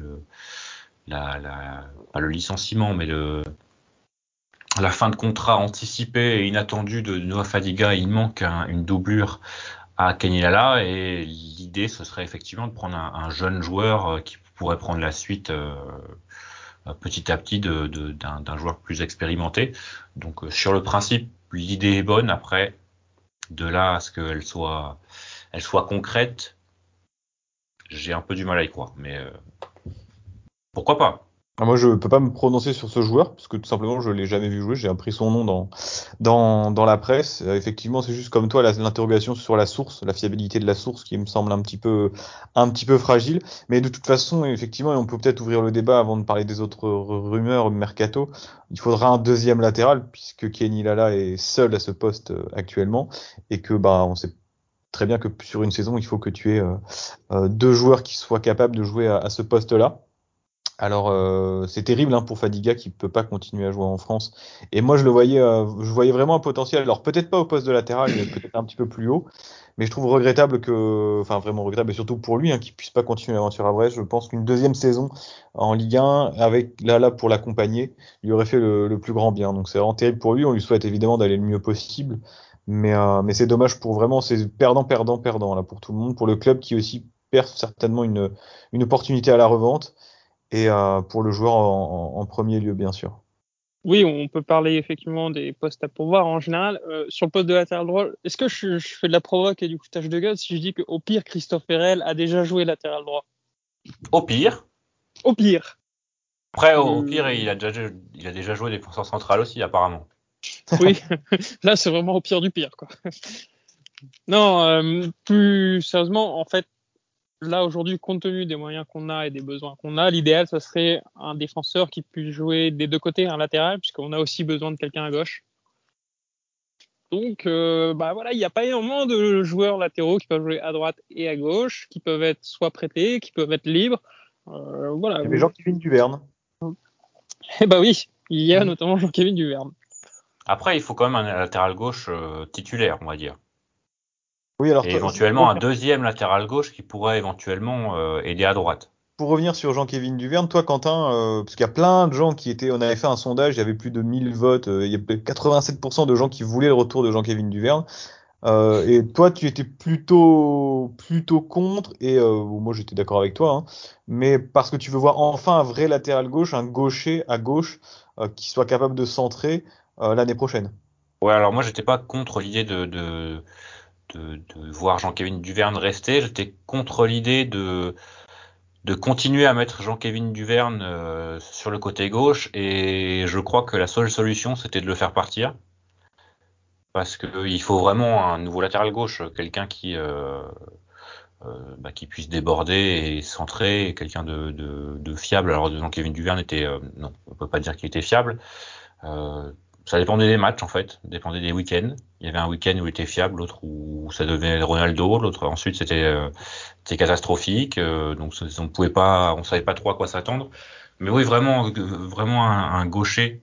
pas le licenciement, mais la fin de contrat anticipée et inattendue de Noah Fadiga, il manque une doublure à Kenny Lala, et l'idée ce serait effectivement de prendre un jeune joueur qui pourrait prendre la suite petit à petit d'un joueur plus expérimenté. Donc sur le principe, l'idée est bonne. Après, de là à ce qu'elle soit concrète, j'ai un peu du mal à y croire. Mais pourquoi pas? Moi, je peux pas me prononcer sur ce joueur, parce que tout simplement, je l'ai jamais vu jouer. J'ai appris son nom dans la presse. Effectivement, c'est juste comme toi, l'interrogation sur la source, la fiabilité de la source, qui me semble un petit peu fragile. Mais de toute façon, effectivement, et on peut peut-être ouvrir le débat avant de parler des autres rumeurs mercato. Il faudra un deuxième latéral, puisque Kenny Lala est seul à ce poste actuellement, et que on sait très bien que sur une saison, il faut que tu aies deux joueurs qui soient capables de jouer à ce poste-là. Alors c'est terrible pour Fadiga qui peut pas continuer à jouer en France. Et moi je voyais vraiment un potentiel. Alors peut-être pas au poste de latéral, mais peut-être un petit peu plus haut. Mais je trouve regrettable vraiment regrettable, et surtout pour lui, qu'il puisse pas continuer l'aventure à Brest. Je pense qu'une deuxième saison en Ligue 1 avec Lala pour l'accompagner, lui aurait fait le plus grand bien. Donc c'est vraiment terrible pour lui. On lui souhaite évidemment d'aller le mieux possible. Mais c'est dommage c'est perdant, perdant, perdant là pour tout le monde, pour le club qui aussi perd certainement une opportunité à la revente. Et pour le joueur en premier lieu, bien sûr. Oui, on peut parler effectivement des postes à pourvoir en général. Sur le poste de latéral droit, est-ce que je fais de la provoque et du foutage de gueule si je dis qu'au pire, Christophe Herrel a déjà joué latéral droit? Au pire. Au pire. Après, au pire, il a déjà joué défenseur central aussi, apparemment. Oui, là c'est vraiment au pire du pire, quoi. Non, plus sérieusement, en fait, là aujourd'hui, compte tenu des moyens qu'on a et des besoins qu'on a, l'idéal, ça serait un défenseur qui puisse jouer des deux côtés, un latéral, puisqu'on a aussi besoin de quelqu'un à gauche. Donc, voilà, il n'y a pas énormément de joueurs latéraux qui peuvent jouer à droite et à gauche, qui peuvent être soit prêtés, qui peuvent être libres. Voilà. Il y avait Jean-Kévin Duverne. Eh ben oui, il y a notamment Jean-Kévin Duverne. Après, il faut quand même un latéral gauche titulaire, on va dire. Oui, alors et éventuellement un deuxième latéral gauche qui pourrait éventuellement aider à droite. pour revenir sur Jean-Kévin Duverne, toi, Quentin, parce qu'il y a plein de gens on avait fait un sondage, il y avait plus de 1000 votes, il y avait 87% de gens qui voulaient le retour de Jean-Kévin Duverne. Et toi, tu étais plutôt contre, et moi j'étais d'accord avec toi, mais parce que tu veux voir enfin un vrai latéral gauche, un gaucher à gauche, qui soit capable de centrer l'année prochaine. Ouais, alors moi j'étais pas contre l'idée de voir Jean-Kévin Duverne rester, j'étais contre l'idée de continuer à mettre Jean-Kévin Duverne sur le côté gauche, et je crois que la seule solution c'était de le faire partir. Parce que il faut vraiment un nouveau latéral gauche, quelqu'un qui puisse déborder et centrer, et quelqu'un de fiable. Alors Jean-Kévin Duverne non, on peut pas dire qu'il était fiable. Ça dépendait des matchs en fait, dépendait des week-ends. Il y avait un week-end où il était fiable, l'autre où ça devenait Ronaldo, l'autre ensuite c'était catastrophique. Donc on savait pas trop à quoi s'attendre. Mais oui, vraiment un gaucher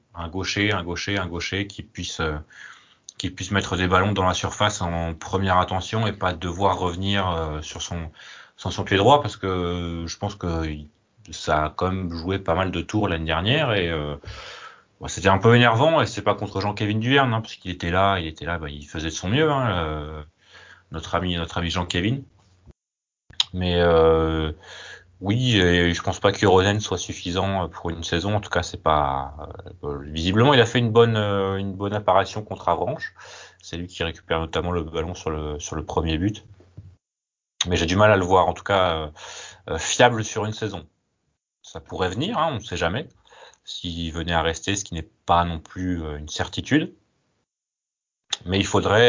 qui puisse mettre des ballons dans la surface en première intention et pas devoir revenir sur son pied droit, parce que je pense que ça a quand même joué pas mal de tours l'année dernière, et c'était un peu énervant, et c'est pas contre Jean-Kévin Duverne, parce qu'il était là, il faisait de son mieux, notre ami Jean-Kévin. Mais oui, et je pense pas que Rosen soit suffisant pour une saison. En tout cas, c'est pas visiblement il a fait une bonne apparition contre Avranches. C'est lui qui récupère notamment le ballon sur le premier but. Mais j'ai du mal à le voir, en tout cas fiable sur une saison. Ça pourrait venir, on ne sait jamais. S'il venait à rester, ce qui n'est pas non plus une certitude. Mais il faudrait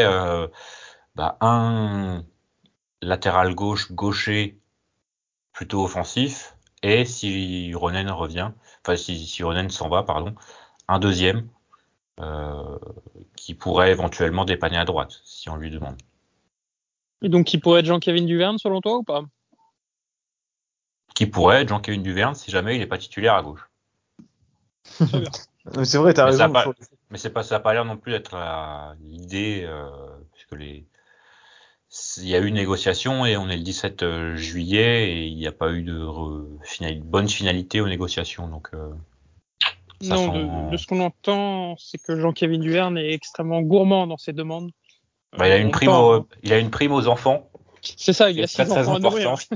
un latéral gaucher plutôt offensif, Et si Ronen revient, enfin si Ronen s'en va, pardon, un deuxième qui pourrait éventuellement dépanner à droite, si on lui demande. Et donc, qui pourrait être Jean-Kévin Duverne, selon toi, ou pas? Qui pourrait être Jean-Kévin Duverne si jamais il n'est pas titulaire à gauche. Très bien. Mais c'est vrai, t'as Mais raison. ça n'a pas l'air non plus d'être l'idée, puisque il y a eu une négociation et on est le 17 juillet et il n'y a pas eu de bonne finalité aux négociations. Donc, ça Non, sent... de ce qu'on entend, c'est que Jean-Kévin Duverne est extrêmement gourmand dans ses demandes. il a une prime aux enfants. C'est ça, il y a C'est 6 très enfants à nourrir. important.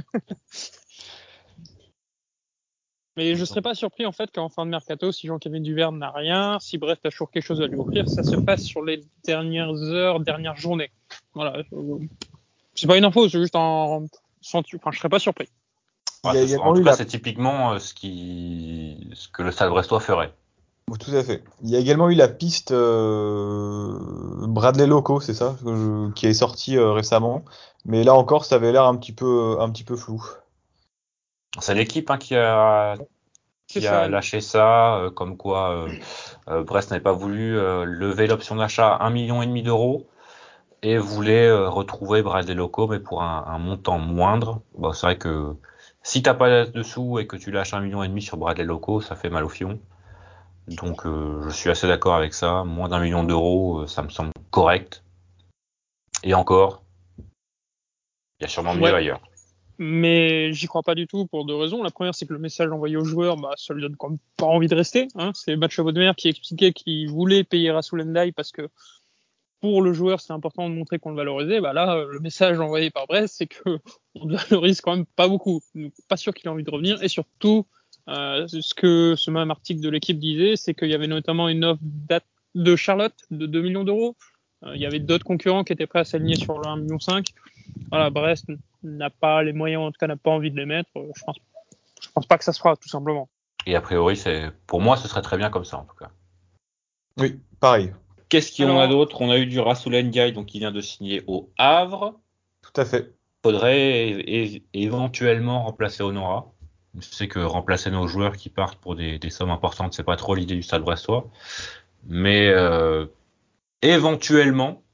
Mais je serais pas surpris en fait qu'en fin de mercato, si Jean-Kévin Duverne n'a rien, si Brest a toujours quelque chose à lui offrir, ça se passe sur les dernières heures, dernières journées. Voilà. C'est pas une info, c'est juste enfin, je serais pas surpris. En tout cas, c'est typiquement ce que le Stade Brestois ferait. Tout à fait. Il y a également eu la piste Bradley Loco, c'est ça, qui est sortie récemment. Mais là encore, ça avait l'air un petit peu flou. C'est l'équipe qui a lâché ça, comme quoi Brest n'avait pas voulu lever l'option d'achat à 1,5 million d'euros et voulait retrouver Bradley Loco, mais pour un montant moindre. Bon, c'est vrai que si t'as pas de sous et que tu lâches 1,5 million sur Bradley Loco, ça fait mal au fion. Donc je suis assez d'accord avec ça. Moins d'1 million d'euros, ça me semble correct. Et encore, il y a sûrement mieux ailleurs. Mais j'y crois pas du tout pour deux raisons. La première, c'est que le message envoyé aux joueurs, ça lui donne quand même pas envie de rester. Hein. C'est Mathieu Bodmer qui expliquait qu'il voulait payer Rassoul Ndiaye parce que pour le joueur, c'est important de montrer qu'on le valorisait. Là, le message envoyé par Brest, c'est que on le valorise quand même pas beaucoup. Donc, pas sûr qu'il ait envie de revenir. Et surtout, ce que ce même article de l'équipe disait, c'est qu'il y avait notamment une offre de Charlotte de 2 millions d'euros. Il y avait d'autres concurrents qui étaient prêts à s'aligner sur le 1,5 million. Voilà, Brest n'a pas les moyens, en tout cas n'a pas envie de les mettre. Je pense pas que ça se fera, tout simplement. Et a priori, pour moi, ce serait très bien comme ça, en tout cas. Oui, pareil. Qu'est-ce qu'on a d'autre? On a eu du Rassoul Ndiaye, donc qui vient de signer au Havre. Tout à fait. Faudrait éventuellement remplacer Honora. Je sais que remplacer nos joueurs qui partent pour des sommes importantes, c'est pas trop l'idée du Stade Brestois. Mais éventuellement,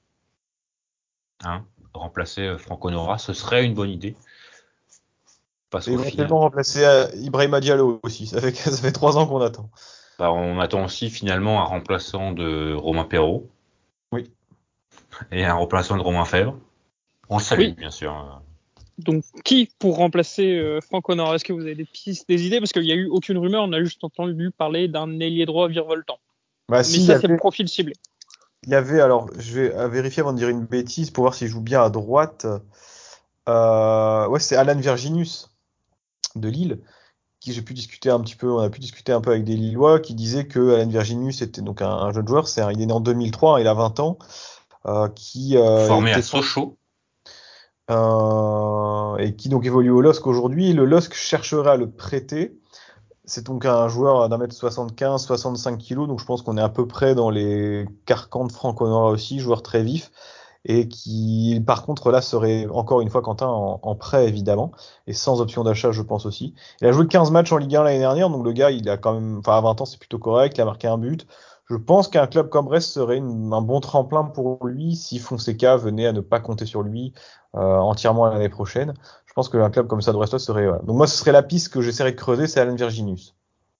remplacer Franck Honora, ce serait une bonne idée. Et éventuellement remplacer Ibrahima Diallo aussi. Ça fait 3 ans qu'on attend. On attend aussi finalement un remplaçant de Romain Perrault. Oui. Et un remplaçant de Romain Fèvre. On le salue, bien sûr. Donc, qui pour remplacer Franck Honora? Est-ce que vous avez des pistes, des idées? Parce qu'il n'y a eu aucune rumeur, on a juste entendu parler d'un ailier droit virevoltant. Mais ça, c'est le profil ciblé. Il y avait, alors, je vais vérifier avant de dire une bêtise pour voir s'il joue bien à droite. Ouais, c'est Alan Virginius de Lille, qui j'ai pu discuter un petit peu, on a pu discuter un peu avec des Lillois, qui disaient que Alan Virginius était donc un jeune joueur, il est né en 2003, il a 20 ans, qui formé à Sochaux. Et qui donc évolue au LOSC aujourd'hui. Le LOSC chercherait à le prêter. C'est donc un joueur d'1m75, 65 kg, donc je pense qu'on est à peu près dans les carcans de Franck Honora aussi, joueur très vif, et qui par contre là serait encore une fois Quentin en prêt évidemment, et sans option d'achat je pense aussi. Il a joué 15 matchs en Ligue 1 l'année dernière, donc le gars il a quand même, à 20 ans c'est plutôt correct, il a marqué un but. Je pense qu'un club comme Brest serait un bon tremplin pour lui si Fonseca venait à ne pas compter sur lui entièrement l'année prochaine. Je pense qu'un club comme ça de Brestois serait... Voilà. Donc moi, ce serait la piste que j'essaierais de creuser, c'est Alan Virginius.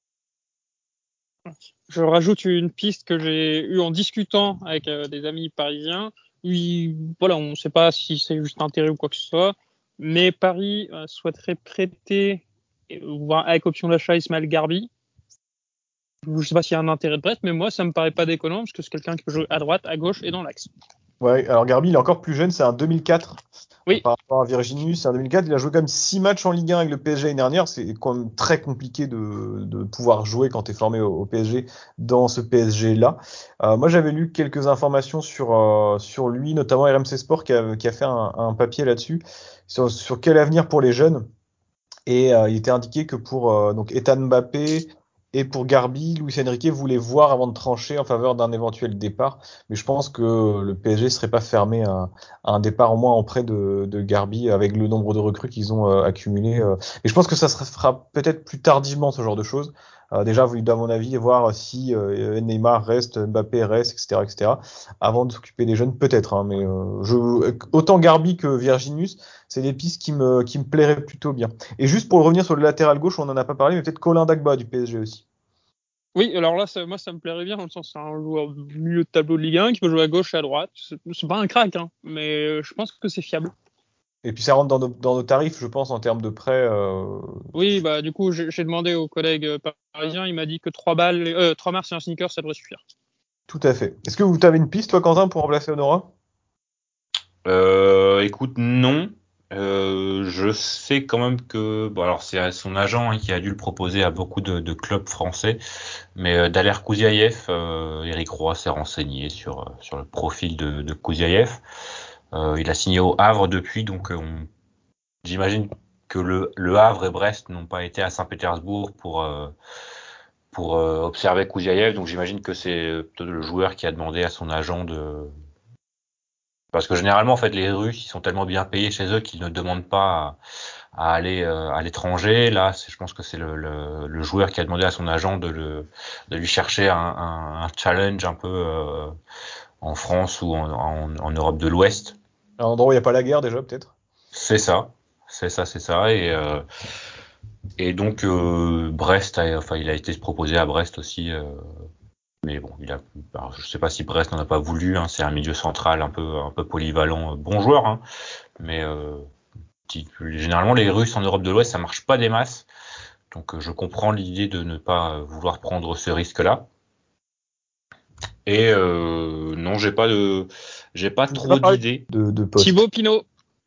Je rajoute une piste que j'ai eue en discutant avec des amis parisiens. Voilà, on ne sait pas si c'est juste intérêt ou quoi que ce soit, mais Paris souhaiterait prêter, avec option d'achat, Ismaël Garbi. Je ne sais pas s'il y a un intérêt de Brest, mais moi, ça me paraît pas déconnant parce que c'est quelqu'un qui peut jouer à droite, à gauche et dans l'axe. Ouais, alors Garbi, il est encore plus jeune, c'est un 2004. Oui. Par rapport à Virginius, c'est un 2004. Il a joué quand même 6 matchs en Ligue 1 avec le PSG l'année dernière. C'est quand même très compliqué de pouvoir jouer quand tu es formé au PSG dans ce PSG-là. Moi, j'avais lu quelques informations sur lui, notamment RMC Sport qui a fait un papier là-dessus, sur quel avenir pour les jeunes. Et il était indiqué que pour donc Ethan Mbappé Et pour Garbi, Luis Enrique voulait voir avant de trancher en faveur d'un éventuel départ. Mais je pense que le PSG serait pas fermé à un départ au moins en prêt de Garbi avec le nombre de recrues qu'ils ont accumulé. Et je pense que ça se fera peut-être plus tardivement ce genre de choses. Déjà, à mon avis, voir si Neymar reste, Mbappé reste, etc., etc., avant de s'occuper des jeunes, peut-être. Hein, mais autant Garbi que Virginius, c'est des pistes qui me plairaient plutôt bien. Et juste pour revenir sur le latéral gauche, on n'en a pas parlé, mais peut-être Colin Dagba du PSG aussi. Oui, alors là, moi, ça me plairait bien, dans le sens, c'est un joueur milieu de tableau de Ligue 1 qui peut jouer à gauche et à droite. C'est pas un crack, hein, mais je pense que c'est fiable. Et puis ça rentre dans nos tarifs, je pense, en termes de prêt. Oui, bah du coup, j'ai demandé au collègue parisien, il m'a dit que 3 balles, 3 mars et un sneaker, ça devrait suffire. Tout à fait. Est-ce que vous avez une piste, toi, Quentin, pour remplacer Honora? Écoute, non. Je sais quand même que, bon, alors c'est son agent qui a dû le proposer à beaucoup de clubs français, mais Daler Kouziaev, Eric Roy s'est renseigné sur le profil de Kouziaev. Il a signé au Havre depuis, donc j'imagine que le Havre et Brest n'ont pas été à Saint-Pétersbourg pour observer Kouziaev, donc j'imagine que c'est peut-être le joueur qui a demandé à son agent parce que généralement, en fait, les Russes, ils sont tellement bien payés chez eux qu'ils ne demandent pas à aller à l'étranger. Là, je pense que c'est le joueur qui a demandé à son agent de lui chercher un challenge un peu en France ou en Europe de l'Ouest. Un endroit où il n'y a pas la guerre, déjà, peut-être? C'est ça, c'est ça. Et donc Brest, enfin, il a été proposé à Brest aussi. Mais bon, alors, je sais pas si Brest n'en a pas voulu. Hein, c'est un milieu central un peu polyvalent, bon joueur. Hein, mais généralement, les Russes en Europe de l'Ouest, ça marche pas des masses. Donc, je comprends l'idée de ne pas vouloir prendre ce risque-là. Et non, j'ai pas Je ne sais pas trop parler d'idées. de poste. Thibaut Pinot.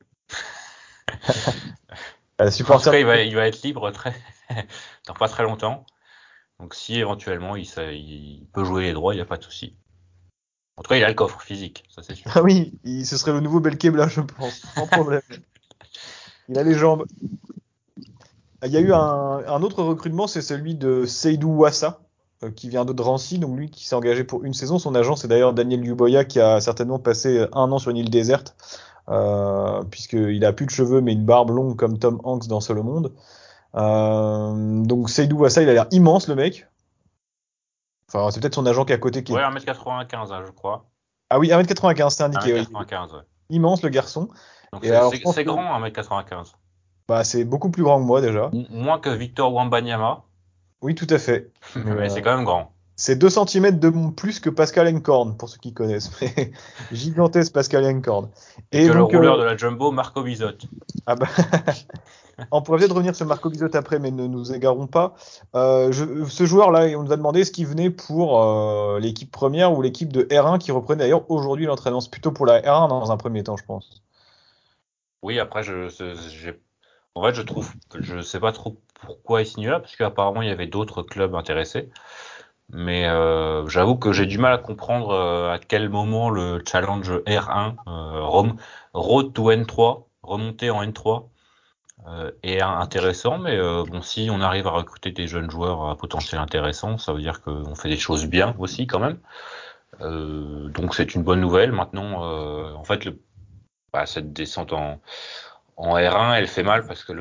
En tout Supporter. cas, il va être libre dans pas très longtemps. Donc, si éventuellement il peut jouer les droits, il n'y a pas de souci. En tout cas, il a le coffre physique, ça c'est sûr. Ah oui, ce serait le nouveau Belkebla, je pense, sans problème. Il a les jambes. Il y a eu un autre recrutement, c'est celui de Seydou Ouassa, qui vient de Drancy, donc lui qui s'est engagé pour une saison. Son agent, c'est d'ailleurs Daniel Luboya, qui a certainement passé un an sur une île déserte, puisqu'il a plus de cheveux, mais une barbe longue comme Tom Hanks dans Seul au monde. Donc Seydou Ouassa, il a l'air immense, le mec. Enfin, c'est peut-être son agent qui est à côté qui Ouais, est... 1m95, hein, je crois. Ah oui, 1m95, c'est indiqué. Oui. 1m95, ouais. Immense, le garçon. Donc Et alors, je pense c'est que grand, 1m95. bah, c'est beaucoup plus grand que moi, déjà. Moins que Victor Wembanyama, Oui, tout à fait. Mais mais c'est quand même grand. c'est 2 cm de plus que Pascal Encorn, pour ceux qui connaissent. Mais gigantesque Pascal Encorn. Et Et que le donc, rouleur de la Jumbo, Marco Bizot. ah bah, on pourrait peut-être revenir sur Marco Bizot après, mais ne nous égarons pas. Ce joueur-là, on nous a demandé ce qu'il venait pour l'équipe première ou l'équipe de R1 qui reprenait d'ailleurs aujourd'hui l'entraînement. C'est plutôt pour la R1 dans un premier temps, je pense. Oui, après, en fait, je sais pas trop pourquoi il signe là, parce qu'apparemment, il y avait d'autres clubs intéressés. Mais j'avoue que j'ai du mal à comprendre à quel moment le challenge R1, Road to N3, remonter en N3, est intéressant. Mais bon, si on arrive à recruter des jeunes joueurs à potentiel intéressant, ça veut dire qu'on fait des choses bien aussi quand même. Donc c'est une bonne nouvelle. Maintenant, en fait, cette descente en R1, elle fait mal parce que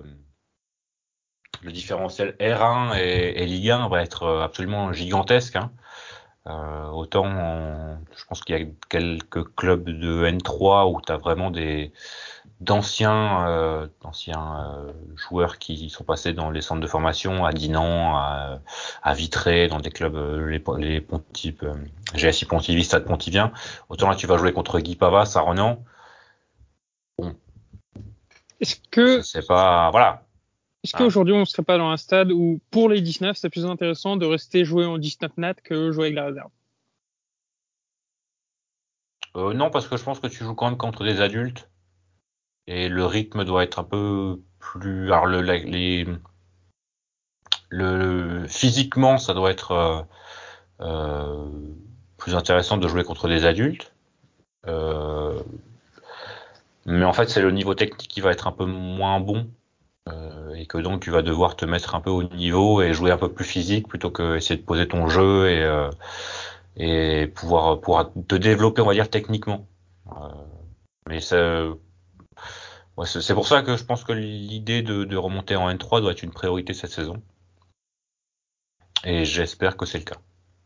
le différentiel R1 et Ligue 1 va être absolument gigantesque. Hein. Je pense qu'il y a quelques clubs de N3 où tu as vraiment d'anciens joueurs qui sont passés dans les centres de formation à Dinan, à Vitré, dans des clubs les Pontifs, GSI Pontivy, Stade Pontivien. Autant là tu vas jouer contre Guy Pavas à Renan. Bon, Est-ce que, c'est pas voilà. est-ce qu'aujourd'hui, on ne serait pas dans un stade où, pour les 19, c'est plus intéressant de rester jouer en 19 nat que jouer avec la réserve? Non, parce que je pense que tu joues quand même contre des adultes et le rythme doit être un peu plus. Alors physiquement, ça doit être euh, plus intéressant de jouer contre des adultes. Mais en fait, c'est le niveau technique qui va être un peu moins bon. et que donc tu vas devoir te mettre un peu au niveau et jouer un peu plus physique plutôt que essayer de poser ton jeu et pouvoir te développer, on va dire, techniquement. Mais c'est pour ça que je pense que l'idée de remonter en N3 doit être une priorité cette saison. Et j'espère que c'est le cas.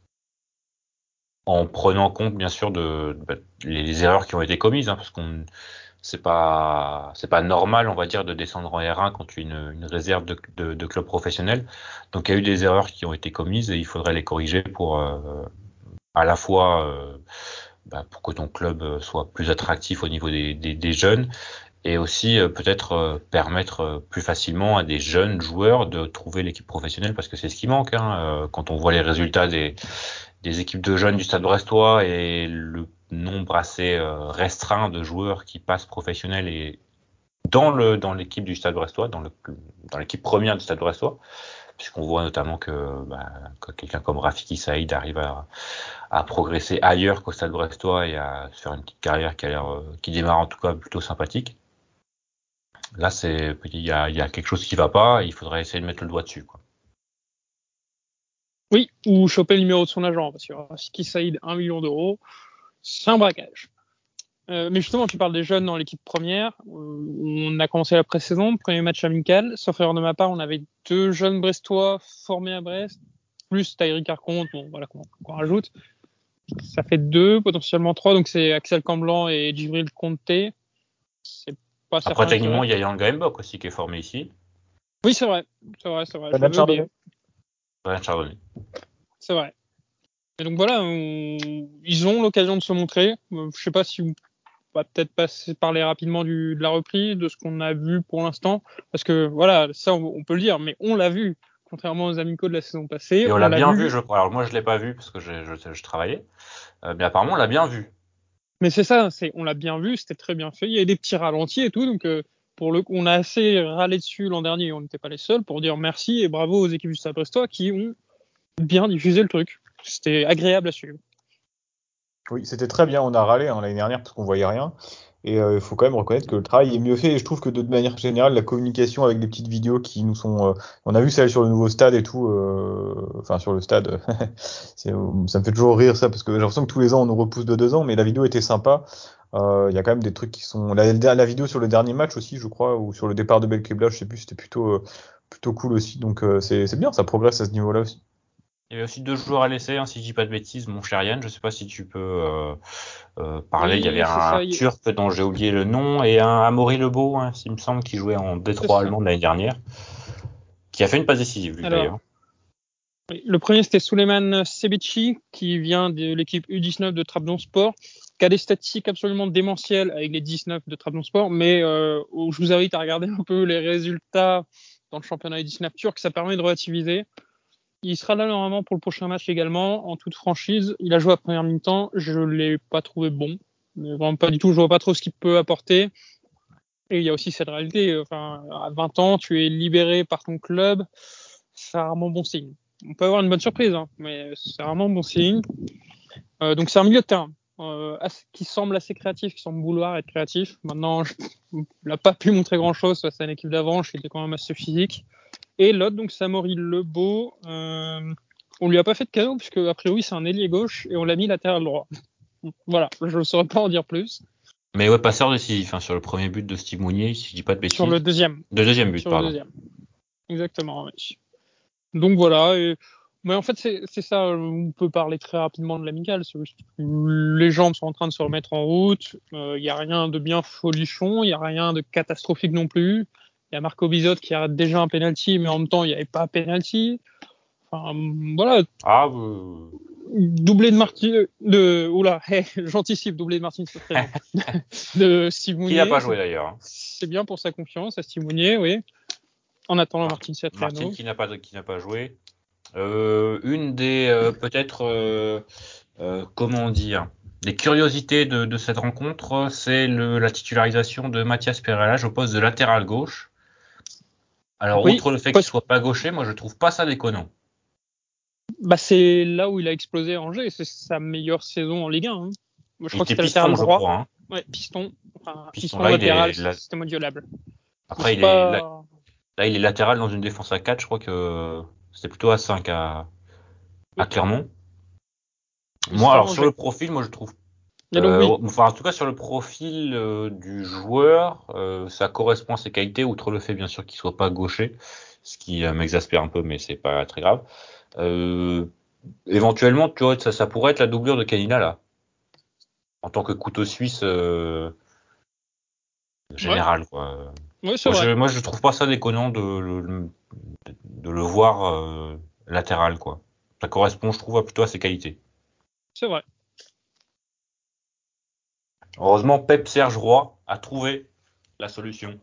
En prenant compte, bien sûr, les erreurs qui ont été commises, hein, parce qu'on c'est pas normal, on va dire, de descendre en R1 contre une réserve de club professionnel. Donc il y a eu des erreurs qui ont été commises et il faudrait les corriger pour à la fois pour que ton club soit plus attractif au niveau des jeunes et aussi peut-être permettre plus facilement à des jeunes joueurs de trouver l'équipe professionnelle, parce que c'est ce qui manque, hein, quand on voit les résultats des équipes de jeunes du Stade Brestois et le nombre assez restreint de joueurs qui passent professionnels et dans l'équipe du Stade Brestois, dans l'équipe première du Stade Brestois, puisqu'on voit notamment que quelqu'un comme Rafiki Saïd arrive à progresser ailleurs qu'au Stade Brestois et à se faire une petite carrière qui démarre en tout cas plutôt sympathique. Là, il y a quelque chose qui va pas, et il faudrait essayer de mettre le doigt dessus, quoi. Oui, ou choper le numéro de son agent, parce que Rafiki Saïd, 1 million d'euros, c'est un braquage. Mais justement, tu parles des jeunes dans l'équipe première. On a commencé la pré-saison, premier match amical. Sauf erreur de ma part, on avait 2 jeunes Brestois formés à Brest, plus Thierry Carconte, bon voilà qu'on rajoute. Ça fait 2, potentiellement 3, donc c'est Axel Camblan et Djibril Conté. C'est pas Après, certain. techniquement, il y a Yanga Mbok aussi qui est formé ici. Oui, c'est vrai. Bernard Chardonnay. Bernard Chardonnay. C'est vrai. Et donc voilà, ils ont l'occasion de se montrer. Je sais pas si on va peut-être parler rapidement de la reprise, de ce qu'on a vu pour l'instant, parce que voilà, ça on peut le dire, mais on l'a vu, contrairement aux amicaux de la saison passée. Et on l'a bien vu, je crois. Alors moi, je l'ai pas vu parce que je travaillais, mais apparemment, on l'a bien vu. Mais c'est ça, on l'a bien vu, c'était très bien fait. Il y a des petits ralentis et tout, donc pour le coup, on a assez râlé dessus l'an dernier, on n'était pas les seuls pour dire merci et bravo aux équipes du Stade Brestois qui ont bien diffusé le truc. C'était agréable à suivre. Oui, c'était très bien. On a râlé l'année dernière parce qu'on voyait rien. Et il faut quand même reconnaître que le travail est mieux fait. Et je trouve que de manière générale, la communication avec des petites vidéos qui nous sont. On a vu celle sur le nouveau stade et tout. Enfin, sur le stade. Ça me fait toujours rire ça parce que j'ai l'impression que tous les ans on nous repousse de 2 ans. Mais la vidéo était sympa. Il y a quand même des trucs qui sont. La vidéo sur le dernier match aussi, je crois, ou sur le départ de Belkebla, je sais plus, c'était plutôt cool aussi. Donc c'est bien, ça progresse à ce niveau-là aussi. Il y avait aussi 2 joueurs à l'essai, hein, si je dis pas de bêtises, mon cher Yann. Je sais pas si tu peux parler. Oui, Il y avait c'est un ça. Turc dont j'ai oublié le nom et un Amaury Lebeau, hein, s'il me semble, qui jouait en Détroit allemand l'année dernière, qui a fait une passe décisive, lui, Alors, d'ailleurs. le premier, c'était Souleymane Sebici, qui vient de l'équipe U19 de Trabzonspor, qui a des statistiques absolument démentielles avec les 19 de Trabzonspor, mais je vous invite à regarder un peu les résultats dans le championnat U19 turc, ça permet de relativiser. Il sera là normalement pour le prochain match également, en toute franchise. Il a joué à première mi-temps, je ne l'ai pas trouvé bon, mais vraiment pas du tout, je vois pas trop ce qu'il peut apporter. Et il y a aussi cette réalité, enfin, à 20 ans, tu es libéré par ton club, c'est rarement bon signe. On peut avoir une bonne surprise, hein, mais c'est rarement bon signe. Donc c'est un milieu de terrain qui semble assez créatif, qui semble vouloir être créatif. Maintenant, il n'a pas pu montrer grand-chose face à une équipe d'avant, qui était quand même assez physique. Et l'autre, donc Samori Lebeau, on lui a pas fait de cadeau, puisque a priori c'est un ailier gauche, et on l'a mis latéral droit. Voilà, je ne saurais pas en dire plus. Mais ouais, passeur décisif, hein, sur le premier but de Steve Mounier, si je dis pas de bêtises. Sur le deuxième. De deuxième but, Sur pardon. le deuxième. Exactement, oui. Donc voilà. Mais en fait, c'est ça. On peut parler très rapidement de l'amicale. Les jambes sont en train de se remettre en route. Il n'y a rien de bien folichon. Il n'y a rien de catastrophique non plus. Il y a Marco Bizot qui a déjà un penalty, mais en même temps, il n'y avait pas penalty. Enfin, voilà. Ah, Doublé de Martin, j'anticipe, doublé de Martin, c'est très bien. De Steve Mounier. Qui n'a pas joué d'ailleurs, hein. C'est bien pour sa confiance à Steve Mounier, oui. En attendant Martin Satriano. Martin qui n'a pas joué. Une des peut-être comment dire, des curiosités de cette rencontre, c'est la titularisation de Mathias Perelage au poste de latéral gauche. Alors Oui, outre le fait qu'il soit pas gaucher, moi je trouve pas ça déconnant. Bah c'est là où il a explosé à Angers, c'est sa meilleure saison en Ligue 1. Hein. Moi, je crois que c'était latéral droit. Je crois, hein. Ouais, piston Là, latéral, c'était modulable. Après, là, Là, il est latéral dans une défense à 4. Je crois que c'était plutôt à 5 à Clermont. Moi, alors sur le profil, moi je trouve. Enfin, en tout cas, sur le profil du joueur, ça correspond à ses qualités, outre le fait bien sûr qu'il soit pas gaucher, ce qui m'exaspère un peu, mais c'est pas très grave. Éventuellement, tu vois, ça pourrait être la doublure de Canina là, en tant que couteau suisse général, quoi. Ouais, c'est vrai. Moi, je trouve pas ça déconnant de le voir latéral, quoi. Ça correspond, je trouve, plutôt à ses qualités. C'est vrai. Heureusement, Pep Serge Roy a trouvé la solution.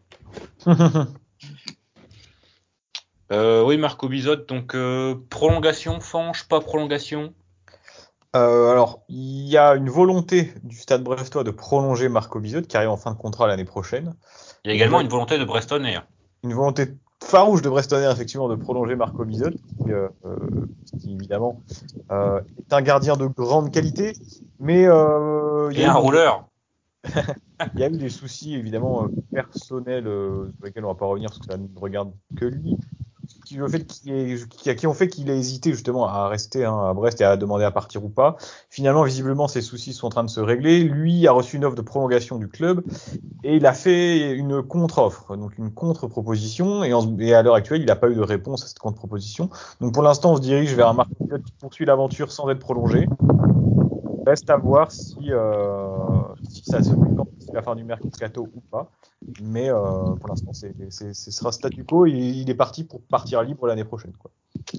Oui, Marco Bizot, donc prolongation, Fanche, pas prolongation. Alors, il y a une volonté du Stade Brestois de prolonger Marco Bizot, qui arrive en fin de contrat l'année prochaine. Il y a également une volonté de Brestonner. Une volonté farouche de Brestonner, effectivement, de prolonger Marco Bizot, qui évidemment est un gardien de grande qualité, mais Et un rouleur. il y a eu des soucis évidemment personnels sur lesquels on va pas revenir parce que ça ne regarde que lui, qui ont fait qu'il a hésité justement à rester à Brest et à demander à partir ou pas. Finalement, visiblement, ces soucis sont en train de se régler. Lui a reçu une offre de prolongation du club et il a fait une contre-offre, donc une contre-proposition. Et à l'heure actuelle, il n'a pas eu de réponse à cette contre-proposition. Donc pour l'instant, on se dirige vers un Marco Bizot qui poursuit l'aventure sans être prolongé. Reste à voir si ça se fait d'ici la fin du mercato ou pas. Mais pour l'instant, ce sera statu quo et il est parti pour partir libre l'année prochaine, quoi.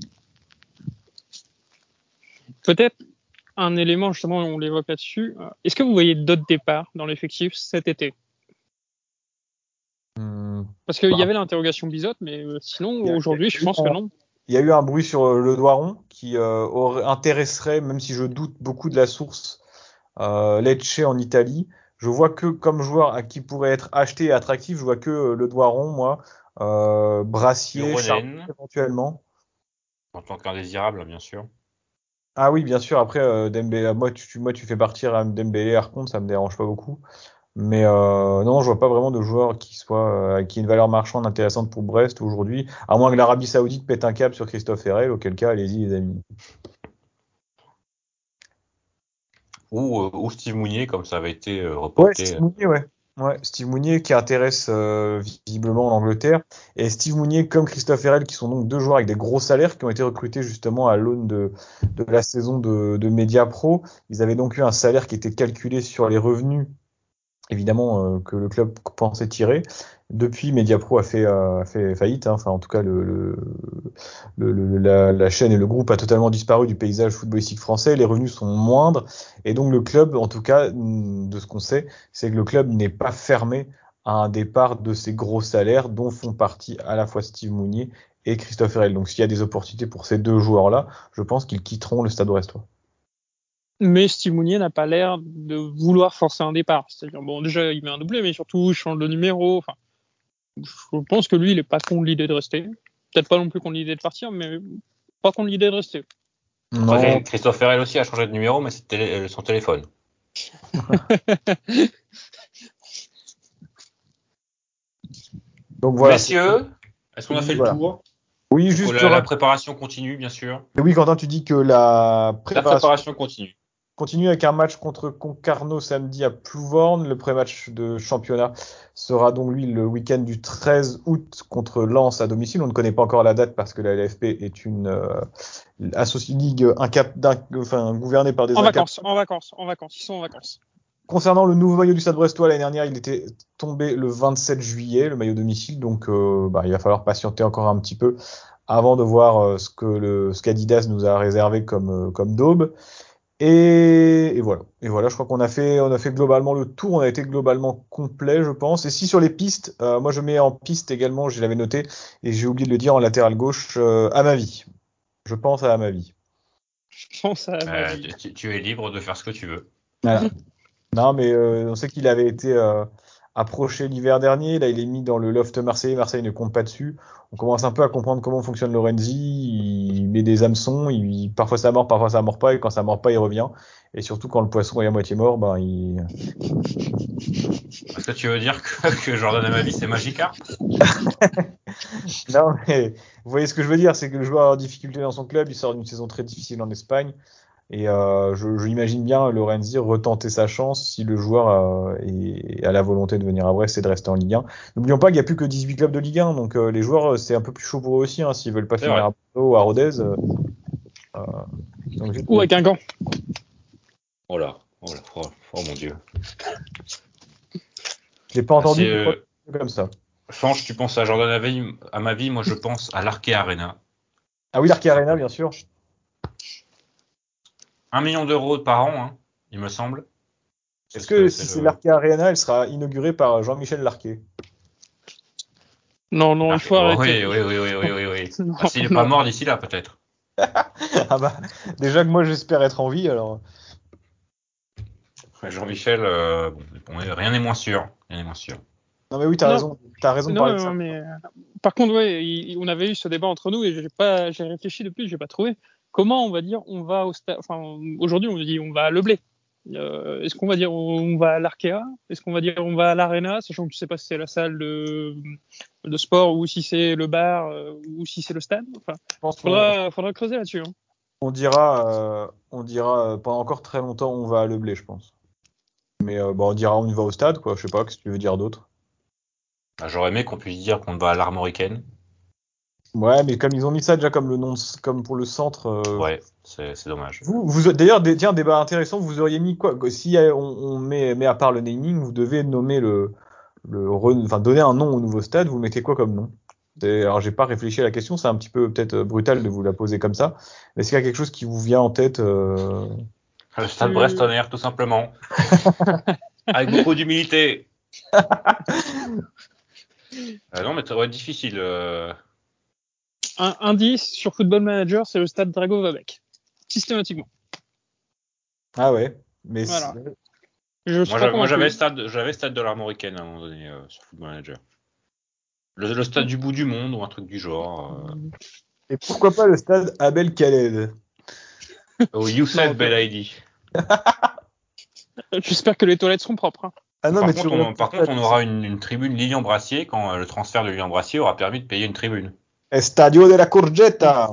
Peut-être un élément, justement, on l'évoque là-dessus. Est-ce que vous voyez d'autres départs dans l'effectif cet été? Parce qu'il y avait l'interrogation Bizot, mais sinon, aujourd'hui, je pense que non. Il y a eu un bruit sur le Doiron qui intéresserait, même si je doute beaucoup de la source, Lecce en Italie. Je vois que comme joueur à qui pourrait être acheté et attractif, je vois que le Doiron, moi, Brassier, Charles, éventuellement. En tant qu'indésirable, bien sûr. Ah oui, bien sûr. Après, Dembélé, moi, tu fais partir Dembélé, Arconte, ça me dérange pas beaucoup. Mais non, je vois pas vraiment de joueur qui ait une valeur marchande intéressante pour Brest aujourd'hui, à moins que l'Arabie Saoudite pète un câble sur Christophe Herrel, auquel cas, allez-y les amis. Ou Steve Mounier, comme ça avait été reporté. Steve Mounier, Steve Mounier qui intéresse visiblement l'Angleterre. Et Steve Mounier comme Christophe Herrel, qui sont donc deux joueurs avec des gros salaires, qui ont été recrutés justement à l'aune de la saison de Media Pro. Ils avaient donc eu un salaire qui était calculé sur les revenus évidemment que le club pensait tirer. Depuis, Mediapro a fait faillite. Enfin, en tout cas, la chaîne et le groupe a totalement disparu du paysage footballistique français. Les revenus sont moindres. Et donc, le club, en tout cas, de ce qu'on sait, c'est que le club n'est pas fermé à un départ de ces gros salaires dont font partie à la fois Steve Mounier et Christophe Herrel. Donc, s'il y a des opportunités pour ces deux joueurs-là, je pense qu'ils quitteront le Stade Brestois. Mais Steve Mounier n'a pas l'air de vouloir forcer un départ. C'est-à-dire, bon, déjà, il met un doublé, mais surtout, il change de numéro. Enfin, je pense que lui, il n'est pas contre l'idée de rester. Peut-être pas non plus contre l'idée de partir, mais pas contre l'idée de rester. Après, Christophe Herrel aussi a changé de numéro, mais c'est son téléphone. Donc voilà. Messieurs, est-ce qu'on a fait le tour? Oui, juste la préparation continue, bien sûr. Mais oui, Quentin, tu dis que la préparation continue avec un match contre Concarneau samedi à Plouvorne. Le pré-match de championnat sera donc lui le week-end du 13 août contre Lens à domicile. On ne connaît pas encore la date parce que la LFP est une associée ligue gouvernée par des en vacances. Ils sont en vacances. Concernant le nouveau maillot du Stade Brestois, l'année dernière, il était tombé le 27 juillet, le maillot domicile. Donc, il va falloir patienter encore un petit peu avant de voir ce qu'Adidas nous a réservé comme daube. Et voilà. Et voilà, je crois qu'on a fait globalement le tour. On a été globalement complet, je pense. Et si sur les pistes, moi je mets en piste également, je l'avais noté et j'ai oublié de le dire en latéral gauche, Amavi. Je pense à Amavi. Je pense à Amavi. Tu es libre de faire ce que tu veux. Voilà. Non, mais on sait qu'il avait été approché l'hiver dernier. Là, il est mis dans le loft marseillais. Marseille ne compte pas dessus. On commence un peu à comprendre comment fonctionne Lorenzi. Il met des hameçons. Parfois ça mord, parfois ça mord pas. Et quand ça mord pas, il revient. Et surtout quand le poisson est à moitié mort, il. Est-ce que tu veux dire que Jordan Amavi c'est Magikarp? Non, mais vous voyez ce que je veux dire, c'est que le joueur est en difficulté dans son club, il sort d'une saison très difficile en Espagne. Et je imagine bien Lorenzi retenter sa chance si le joueur a la volonté de venir à Brest et de rester en Ligue 1. N'oublions pas qu'il n'y a plus que 18 clubs de Ligue 1, donc les joueurs, c'est un peu plus chaud pour eux aussi, hein, s'ils veulent pas C'est finir vrai. à Bordeaux ou à Rodez. Euh, donc, Ou avec un gant. Oh là, oh mon Dieu. je l'ai pas entendu, C'est, mais je crois que c'est comme ça. Franche, tu penses à Jordan à ma vie, moi je pense à l'Arkea Arena. Ah oui, l'Arkea Arena, bien sûr. 1 million d'euros par an, hein, il me semble. Est-ce que si c'est l'Arkea Arena, elle sera inaugurée par Jean-Michel Larquet? Non, il faut arrêter. Oui. Non, Ah, s'il n'est non. pas mort d'ici là, peut-être. Ah bah, déjà que moi j'espère être en vie, alors. Ouais, Jean-Michel, rien n'est moins sûr. Rien n'est moins sûr. Non mais oui, Non, t'as raison de parler de ça. mais par contre, ouais, on avait eu ce débat entre nous et j'ai réfléchi depuis, j'ai pas trouvé. Comment on va dire on va au stade. Enfin, aujourd'hui, on dit on va à Leblé. Est-ce qu'on va dire on va à l'Arkea? Est-ce qu'on va dire on va à l'Arena, sachant que tu sais pas si c'est la salle de sport ou si c'est le bar ou si c'est le stade. Enfin, Je pense qu'on faudra creuser là-dessus. Hein. on dira pendant encore très longtemps on va à Leblé, je pense. Mais bon, on dira on y va au stade, quoi. Je sais pas, qu'est-ce que tu veux dire d'autre? Bah, j'aurais aimé qu'on puisse dire qu'on va à l'Armoricaine. Ouais, mais comme ils ont mis ça déjà comme le nom, comme pour le centre. Ouais, c'est dommage. D'ailleurs, tiens, débat intéressant, vous auriez mis quoi? Si on met à part le naming, vous devez nommer enfin, donner un nom au nouveau stade, vous mettez quoi comme nom? Alors, j'ai pas réfléchi à la question, c'est un petit peu peut-être brutal de vous la poser comme ça. Mais est-ce qu'il y a quelque chose qui vous vient en tête Le stade Brestonnaire, tout simplement. Avec beaucoup d'humilité. Non, mais ça va être difficile. Un indice sur Football Manager, c'est le stade Drago-Vabek. Systématiquement. Ah ouais, mais Voilà. Je suis pas Moi, convaincu. j'avais le stade de l'Armoricaine à un moment donné sur Football Manager. Le stade du bout du monde ou un truc du genre. Et pourquoi pas le stade Abel Khaled? Au Youssef Non, Belaïdi. J'espère que les toilettes seront propres. Hein. Ah non, mais tu Par contre, on aura une tribune Lilian Brassier quand le transfert de Lilian Brassier aura permis de payer une tribune. Estadio de la Courgetta.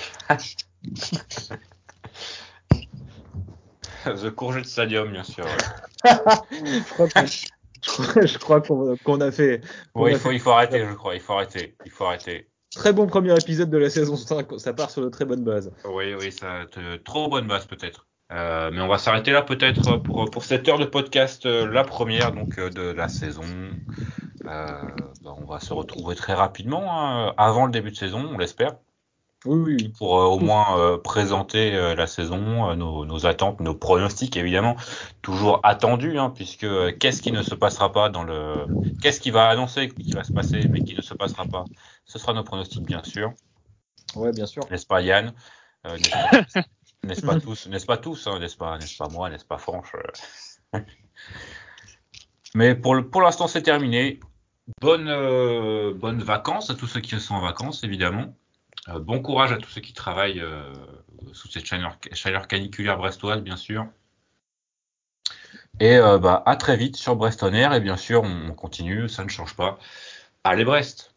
The Courgette Stadium, bien sûr. Je crois qu'on a fait. Oui, il faut arrêter, je crois. Il faut arrêter. Très bon premier épisode de la saison 5. Ça part sur de très bonnes bases. Oui, ça trop bonne base peut-être. Mais on va s'arrêter là peut-être pour cette heure de podcast, la première donc de la saison. On va se retrouver très rapidement, hein, avant le début de saison, on l'espère, Oui. pour au moins présenter la saison, nos attentes, nos pronostics évidemment, toujours attendus, hein, puisque qu'est-ce qui ne se passera pas qu'est-ce qui va annoncer qui va se passer mais qui ne se passera pas, ce sera nos pronostics bien sûr. Ouais, bien sûr. N'est-ce pas Yann? N'est-ce pas tous, hein, n'est-ce pas moi, n'est-ce pas Franche? Mais pour l'instant, c'est terminé. Bonnes vacances à tous ceux qui sont en vacances, évidemment. Bon courage à tous ceux qui travaillent sous cette chaleur caniculaire brestoise, bien sûr. Et à très vite sur Brest On Air. Et bien sûr, on continue, ça ne change pas. Allez Brest!